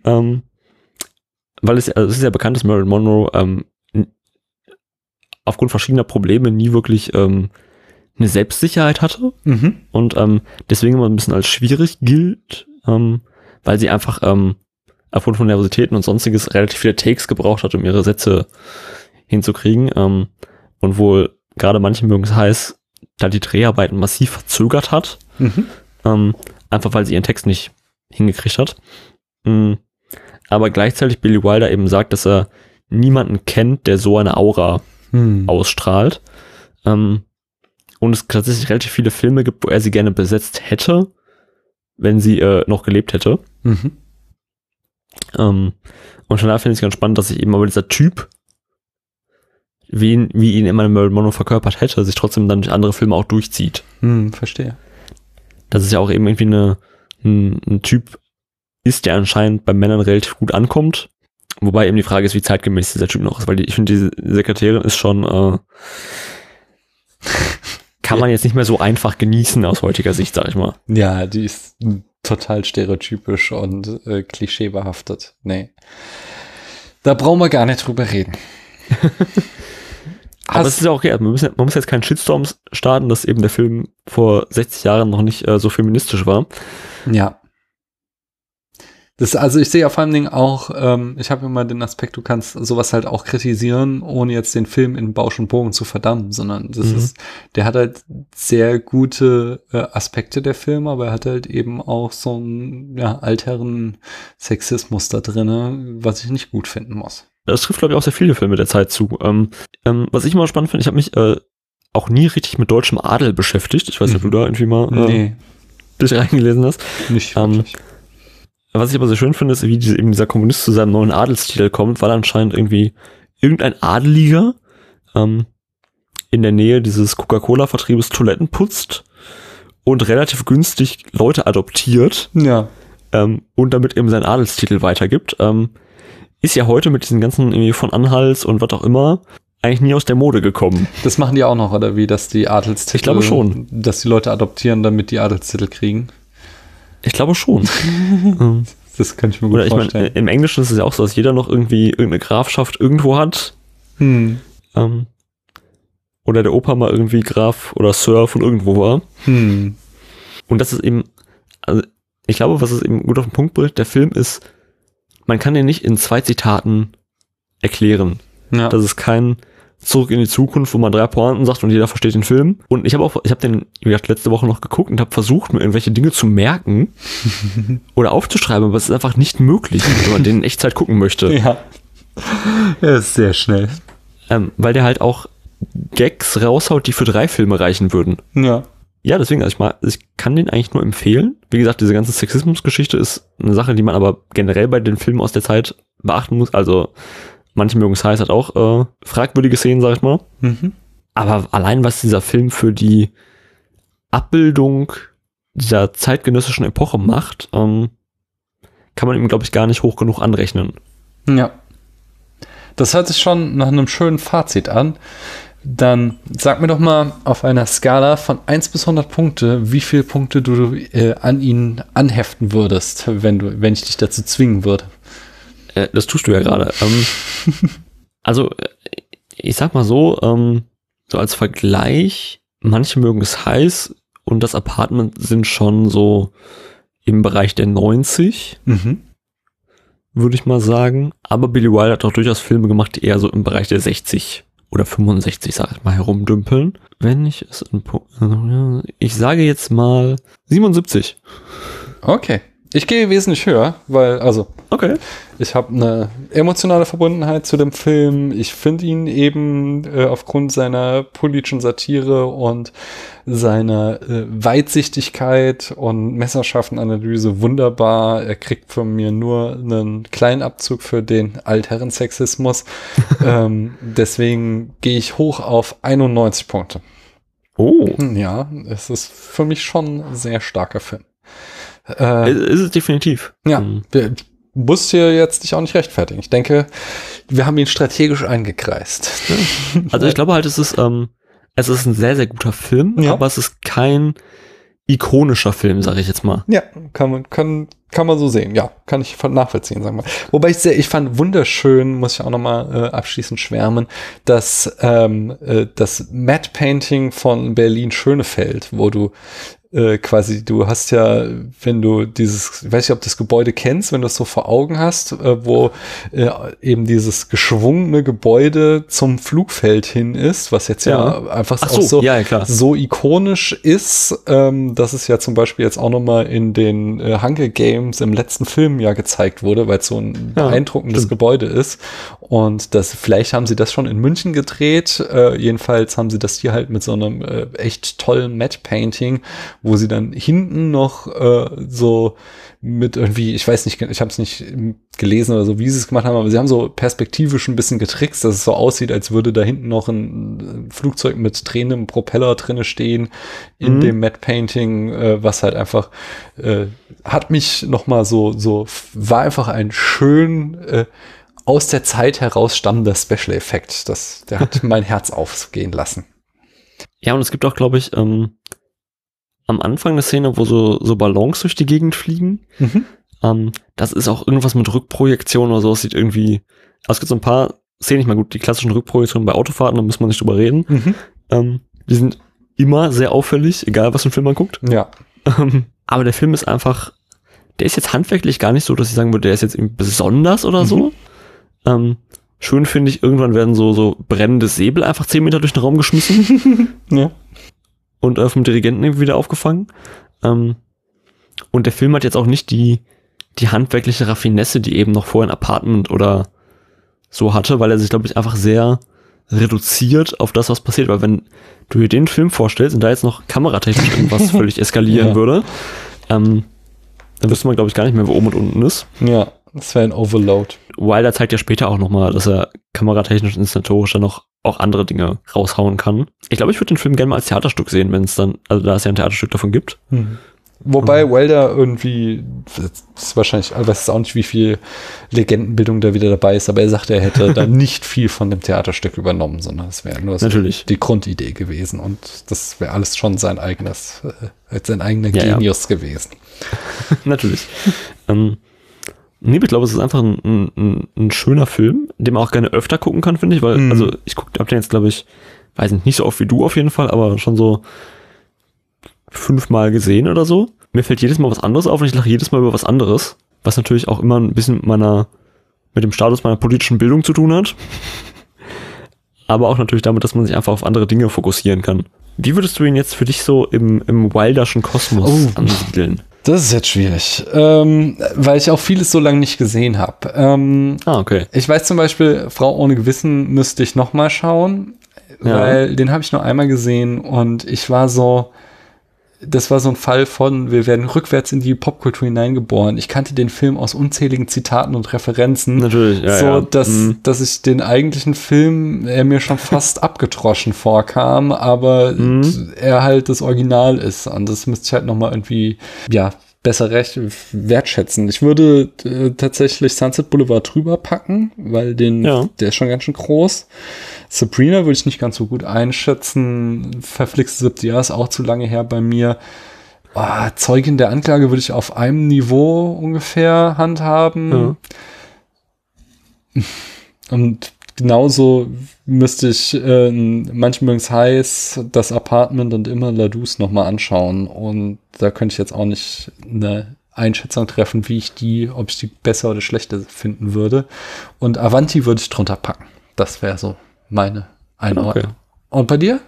weil es ist ja bekannt, dass Marilyn Monroe aufgrund verschiedener Probleme nie wirklich eine Selbstsicherheit hatte und deswegen immer ein bisschen als schwierig gilt, weil sie einfach aufgrund von Nervositäten und sonstiges relativ viele Takes gebraucht hat, um ihre Sätze hinzukriegen, und wohl gerade Manche mögen's heiß da die Dreharbeiten massiv verzögert hat, einfach weil sie ihren Text nicht hingekriegt hat. Aber gleichzeitig Billy Wilder eben sagt, dass er niemanden kennt, der so eine Aura ausstrahlt. Und es tatsächlich relativ viele Filme gibt, wo er sie gerne besetzt hätte, wenn sie noch gelebt hätte. Und von daher finde ich es ganz spannend, dass sich eben aber dieser Typ, wie ihn immer Marilyn Monroe verkörpert hätte, sich trotzdem dann durch andere Filme auch durchzieht. Verstehe. Das ist ja auch eben irgendwie ein Typ ist, der anscheinend bei Männern relativ gut ankommt. Wobei eben die Frage ist, wie zeitgemäß dieser Typ noch ist, weil ich finde, diese Sekretärin ist schon kann man jetzt nicht mehr so einfach genießen aus heutiger Sicht, sag ich mal. Ja, die ist total stereotypisch und klischeebehaftet. Nee. Da brauchen wir gar nicht drüber reden. Aber es ist ja okay, man muss jetzt keinen Shitstorm starten, dass eben der Film vor 60 Jahren noch nicht so feministisch war. Ja. Also ich sehe ja vor allen Dingen auch, ich habe immer den Aspekt, du kannst sowas halt auch kritisieren, ohne jetzt den Film in Bausch und Bogen zu verdammen, sondern der hat halt sehr gute Aspekte, der Film, aber er hat halt eben auch so einen alteren Sexismus da drin, was ich nicht gut finden muss. Das trifft, glaube ich, auch sehr viele Filme der Zeit zu. Was ich immer spannend finde, ich habe mich auch nie richtig mit deutschem Adel beschäftigt. Ich weiß nicht, ob du da irgendwie mal dich reingelesen hast. Nicht wirklich. Was ich aber sehr schön finde, ist, wie eben dieser Kommunist zu seinem neuen Adelstitel kommt, weil anscheinend irgendwie irgendein Adeliger in der Nähe dieses Coca-Cola-Vertriebes Toiletten putzt und relativ günstig Leute adoptiert. Ja. Und damit eben seinen Adelstitel weitergibt. Ist ja heute mit diesen ganzen irgendwie von Anhals und was auch immer eigentlich nie aus der Mode gekommen. Das machen die auch noch, oder wie, dass die Adelstitel... Ich glaube schon. Dass die Leute adoptieren, damit die Adelstitel kriegen. Ich glaube schon. Das kann ich mir gut vorstellen. Meine, im Englischen ist es ja auch so, dass jeder noch irgendwie irgendeine Grafschaft irgendwo hat. Oder der Opa mal irgendwie Graf oder Sir von irgendwo war. Und das ist eben, also ich glaube, was es eben gut auf den Punkt bringt, der Film ist, man kann den nicht in 2 Zitaten erklären. Ja. Das ist kein Zurück in die Zukunft, wo man 3 Pointen sagt und jeder versteht den Film. Und ich habe den, wie gesagt, letzte Woche noch geguckt und habe versucht, mir irgendwelche Dinge zu merken oder aufzuschreiben, aber es ist einfach nicht möglich, wenn man den in Echtzeit gucken möchte. Ja. Er ist sehr schnell. Weil der halt auch Gags raushaut, die für 3 Filme reichen würden. Ja. Ja, deswegen, also ich kann den eigentlich nur empfehlen. Wie gesagt, diese ganze Sexismus-Geschichte ist eine Sache, die man aber generell bei den Filmen aus der Zeit beachten muss. Also manche mögen es heiß, hat auch fragwürdige Szenen, sag ich mal. Aber allein, was dieser Film für die Abbildung dieser zeitgenössischen Epoche macht, kann man ihm, glaube ich, gar nicht hoch genug anrechnen. Ja. Das hört sich schon nach einem schönen Fazit an. Dann sag mir doch mal auf einer Skala von 1 bis 100 Punkte, wie viele Punkte du an ihn anheften würdest, wenn ich dich dazu zwingen würde. Das tust du ja gerade. Also, ich sag mal so, so als Vergleich, manche mögen es heiß und das Apartment sind schon so im Bereich der 90, würde ich mal sagen. Aber Billy Wilder hat auch durchaus Filme gemacht, die eher so im Bereich der 60 oder 65, sag ich mal, herumdümpeln. Wenn ich es ich sage jetzt mal 77. Okay. Ich gehe wesentlich höher, weil, okay. Ich habe eine emotionale Verbundenheit zu dem Film. Ich finde ihn eben aufgrund seiner politischen Satire und seiner Weitsichtigkeit und Messerscharfenanalyse wunderbar. Er kriegt von mir nur einen kleinen Abzug für den Altherrensexismus. Deswegen gehe ich hoch auf 91 Punkte. Oh. Ja, es ist für mich schon ein sehr starker Film. Ist es definitiv. Ja, musst hier jetzt dich auch nicht rechtfertigen. Ich denke, wir haben ihn strategisch eingekreist. Also ich glaube halt, es ist ein sehr, sehr guter Film, aber es ist kein ikonischer Film, sage ich jetzt mal. Ja, kann man so sehen. Ja, kann ich nachvollziehen, sagen wir. Wobei ich fand wunderschön, muss ich auch nochmal abschließend schwärmen, dass das Matte Painting von Berlin Schönefeld, wo du quasi, du hast ja, wenn du dieses, ich weiß nicht, ob du das Gebäude kennst, wenn du es so vor Augen hast, wo eben dieses geschwungene Gebäude zum Flugfeld hin ist, was jetzt ja einfach auch so ikonisch ist, dass es ja zum Beispiel jetzt auch nochmal in den Hunger Games im letzten Film ja gezeigt wurde, weil es so ein beeindruckendes Gebäude ist. Und vielleicht haben sie das schon in München gedreht, jedenfalls haben sie das hier halt mit so einem echt tollen Matte Painting, wo sie dann hinten noch so mit irgendwie, ich weiß nicht, ich habe es nicht gelesen oder so, wie sie es gemacht haben, aber sie haben so perspektivisch ein bisschen getrickst, dass es so aussieht, als würde da hinten noch ein Flugzeug mit drehendem Propeller drinne stehen in dem Matte Painting, was halt einfach hat mich nochmal so, war einfach ein schön aus der Zeit heraus stammender Special Effekt. Der hat mein Herz aufgehen lassen. Ja, und es gibt auch, glaube ich, am Anfang der Szene, wo so Ballons durch die Gegend fliegen, das ist auch irgendwas mit Rückprojektion oder so. Es sieht irgendwie, also es gibt so ein paar Szenen, nicht mal gut, die klassischen Rückprojektionen bei Autofahrten, da muss man nicht drüber reden. Die sind immer sehr auffällig, egal was für einen Film man guckt. Ja. Aber der Film ist einfach, der ist jetzt handwerklich gar nicht so, dass ich sagen würde, der ist jetzt irgendwie besonders oder so. Schön finde ich, irgendwann werden so brennende Säbel einfach 10 Meter durch den Raum geschmissen. Ja. Und vom Dirigenten irgendwie wieder aufgefangen. Und der Film hat jetzt auch nicht die handwerkliche Raffinesse, die eben noch vorher ein Apartment oder so hatte, weil er sich, glaube ich, einfach sehr reduziert auf das, was passiert. Weil wenn du dir den Film vorstellst und da jetzt noch kameratechnisch irgendwas völlig eskalieren würde, Dann wüsste man, glaube ich, gar nicht mehr, wo oben und unten ist. Ja, das wäre ein Overload. Wilder zeigt ja später auch nochmal, dass er kameratechnisch und inszenatorisch dann noch auch andere Dinge raushauen kann. Ich glaube, ich würde den Film gerne mal als Theaterstück sehen, wenn es dann, also da es ja ein Theaterstück davon gibt. Wobei Wilder irgendwie, das ist wahrscheinlich, ich weiß auch nicht, wie viel Legendenbildung da wieder dabei ist, aber er sagte, er hätte da nicht viel von dem Theaterstück übernommen, sondern es wäre nur so die Grundidee gewesen und das wäre alles schon sein eigener Genius gewesen. Natürlich. Nee, ich glaube, es ist einfach ein schöner Film, den man auch gerne öfter gucken kann, finde ich, weil, also ich hab den jetzt, glaube ich, weiß nicht so oft wie du auf jeden Fall, aber schon so 5-mal gesehen oder so. Mir fällt jedes Mal was anderes auf und ich lache jedes Mal über was anderes, was natürlich auch immer ein bisschen mit dem Status meiner politischen Bildung zu tun hat. Aber auch natürlich damit, dass man sich einfach auf andere Dinge fokussieren kann. Wie würdest du ihn jetzt für dich so im Wilderschen Kosmos ansiedeln? Das ist jetzt schwierig, weil ich auch vieles so lange nicht gesehen habe. Okay. Ich weiß zum Beispiel, Frau ohne Gewissen müsste ich noch mal schauen, weil den habe ich nur einmal gesehen und das war so ein Fall von, wir werden rückwärts in die Popkultur hineingeboren. Ich kannte den Film aus unzähligen Zitaten und Referenzen. Natürlich, dass ich den eigentlichen Film, er mir schon fast abgetroschen vorkam, aber er halt das Original ist. Und das müsste ich halt nochmal irgendwie, besser wertschätzen. Ich würde tatsächlich Sunset Boulevard drüber packen, weil der ist schon ganz schön groß. Sabrina würde ich nicht ganz so gut einschätzen. Verflixte 7. Jahr ist auch zu lange her bei mir. Zeugin der Anklage würde ich auf einem Niveau ungefähr handhaben. Ja. Und genauso müsste ich manchmal mögen's heiß, das Apartment und immer Ladus nochmal anschauen. Und da könnte ich jetzt auch nicht eine Einschätzung treffen, ob ich die besser oder schlechter finden würde. Und Avanti würde ich drunter packen. Das wäre so meine Einordnung. Okay. Und bei dir?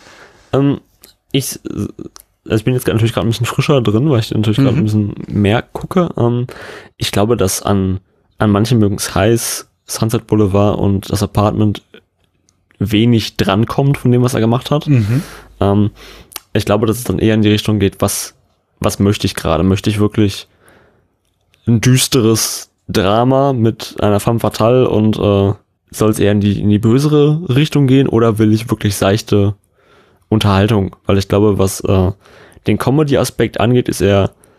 Ich bin jetzt natürlich gerade ein bisschen frischer drin, weil ich natürlich gerade ein bisschen mehr gucke. Ich glaube, dass an manchen mögen's heiß, Sunset Boulevard und das Apartment wenig drankommt von dem, was er gemacht hat. Ich glaube, dass es dann eher in die Richtung geht, was möchte ich gerade? Möchte ich wirklich ein düsteres Drama mit einer femme fatale und soll es eher in die bösere Richtung gehen oder will ich wirklich seichte Unterhaltung? Weil ich glaube, was den Comedy-Aspekt angeht, ist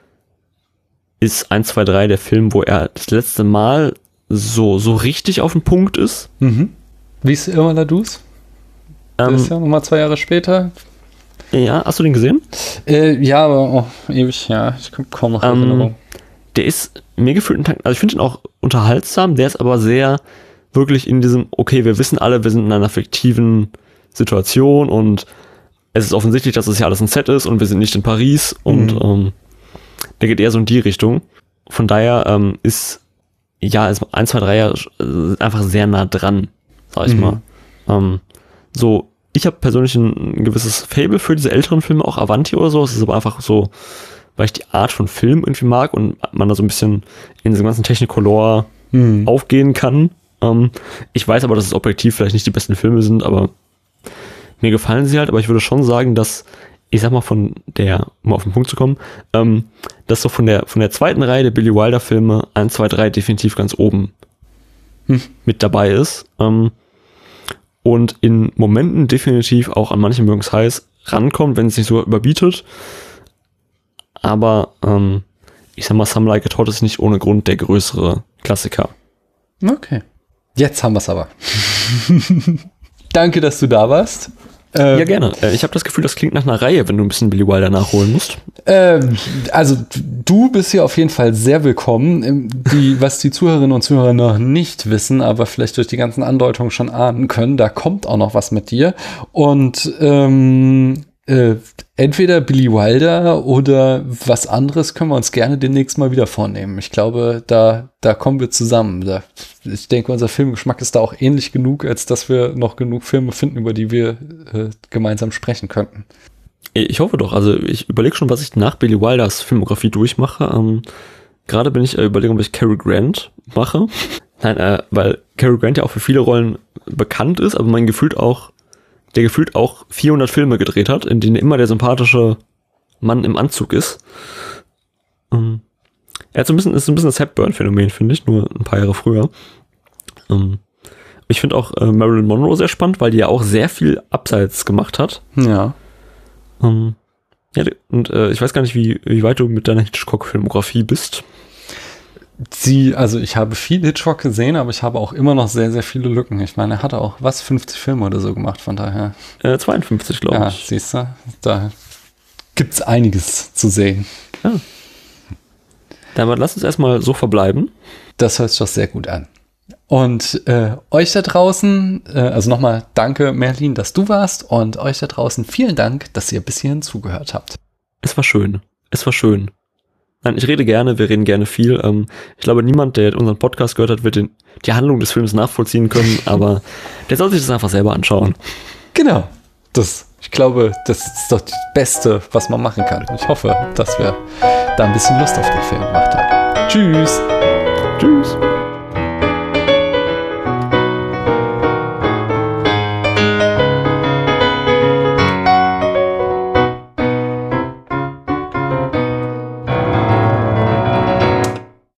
1, 2, 3 der Film, wo er das letzte Mal so richtig auf den Punkt ist. Wie ist Irma Ladus? Das ist ja nochmal 2 Jahre später. Ja, hast du den gesehen? Ja, aber ewig, ja. Ich komme kaum noch in Erinnerung. Der ist mir gefühlt ein Tag, also ich finde ihn auch unterhaltsam, der ist aber sehr wirklich in diesem, okay, wir wissen alle, wir sind in einer fiktiven Situation und es ist offensichtlich, dass es ja alles ein Set ist und wir sind nicht in Paris und der geht eher so in die Richtung. Von daher ist 1, 2, 3 ja einfach sehr nah dran, sag ich mal. Ich habe persönlich ein gewisses Faible für diese älteren Filme, auch Avanti oder so. Es ist aber einfach so, weil ich die Art von Film irgendwie mag und man da so ein bisschen in diesem ganzen Technicolor aufgehen kann. Ich weiß aber, dass es objektiv vielleicht nicht die besten Filme sind, aber mir gefallen sie halt. Aber ich würde schon sagen, dass, ich sag mal um auf den Punkt zu kommen, dass so von der zweiten Reihe der Billy Wilder Filme 1, 2, 3 definitiv ganz oben mit dabei ist. Und in Momenten definitiv auch an manchen mögen's heiß rankommt, wenn es nicht so überbietet. Aber ich sag mal, Some Like It Hot ist nicht ohne Grund der größere Klassiker. Okay. Jetzt haben wir es aber. Danke, dass du da warst. Ja, gerne. Ich habe das Gefühl, das klingt nach einer Reihe, wenn du ein bisschen Billy Wilder nachholen musst. Also du bist hier auf jeden Fall sehr willkommen. Was die Zuhörerinnen und Zuhörer noch nicht wissen, aber vielleicht durch die ganzen Andeutungen schon ahnen können, da kommt auch noch was mit dir. Und entweder Billy Wilder oder was anderes können wir uns gerne demnächst mal wieder vornehmen. Ich glaube, da kommen wir zusammen. Ich denke, unser Filmgeschmack ist da auch ähnlich genug, als dass wir noch genug Filme finden, über die wir gemeinsam sprechen könnten. Ich hoffe doch. Also ich überlege schon, was ich nach Billy Wilders Filmografie durchmache. Gerade bin ich überlegen, ob ich Cary Grant mache. Nein, weil Cary Grant ja auch für viele Rollen bekannt ist, aber der gefühlt auch 400 Filme gedreht hat, in denen immer der sympathische Mann im Anzug ist. Er hat ist so ein bisschen das Hepburn-Phänomen, finde ich, nur ein paar Jahre früher. Ich finde auch Marilyn Monroe sehr spannend, weil die ja auch sehr viel Abseits gemacht hat. Ja. Ja, und ich weiß gar nicht, wie weit du mit deiner Hitchcock-Filmografie bist. Also ich habe viel Hitchcock gesehen, aber ich habe auch immer noch sehr, sehr viele Lücken. Ich meine, er hatte auch 50 Filme oder so gemacht, von daher. 52, glaube ich. Ja, siehst du, da gibt's einiges zu sehen. Ja. Dann lass uns erstmal so verbleiben. Das hört sich doch sehr gut an. Und euch da draußen, also nochmal danke, Merlin, dass du warst, und euch da draußen vielen Dank, dass ihr bis hierhin zugehört habt. Es war schön. Nein, ich rede gerne, wir reden gerne viel. Ich glaube, niemand, der unseren Podcast gehört hat, wird die Handlung des Films nachvollziehen können, aber der soll sich das einfach selber anschauen. Genau. Ich glaube, das ist doch das Beste, was man machen kann. Ich hoffe, dass wir da ein bisschen Lust auf den Film gemacht haben. Tschüss. Tschüss.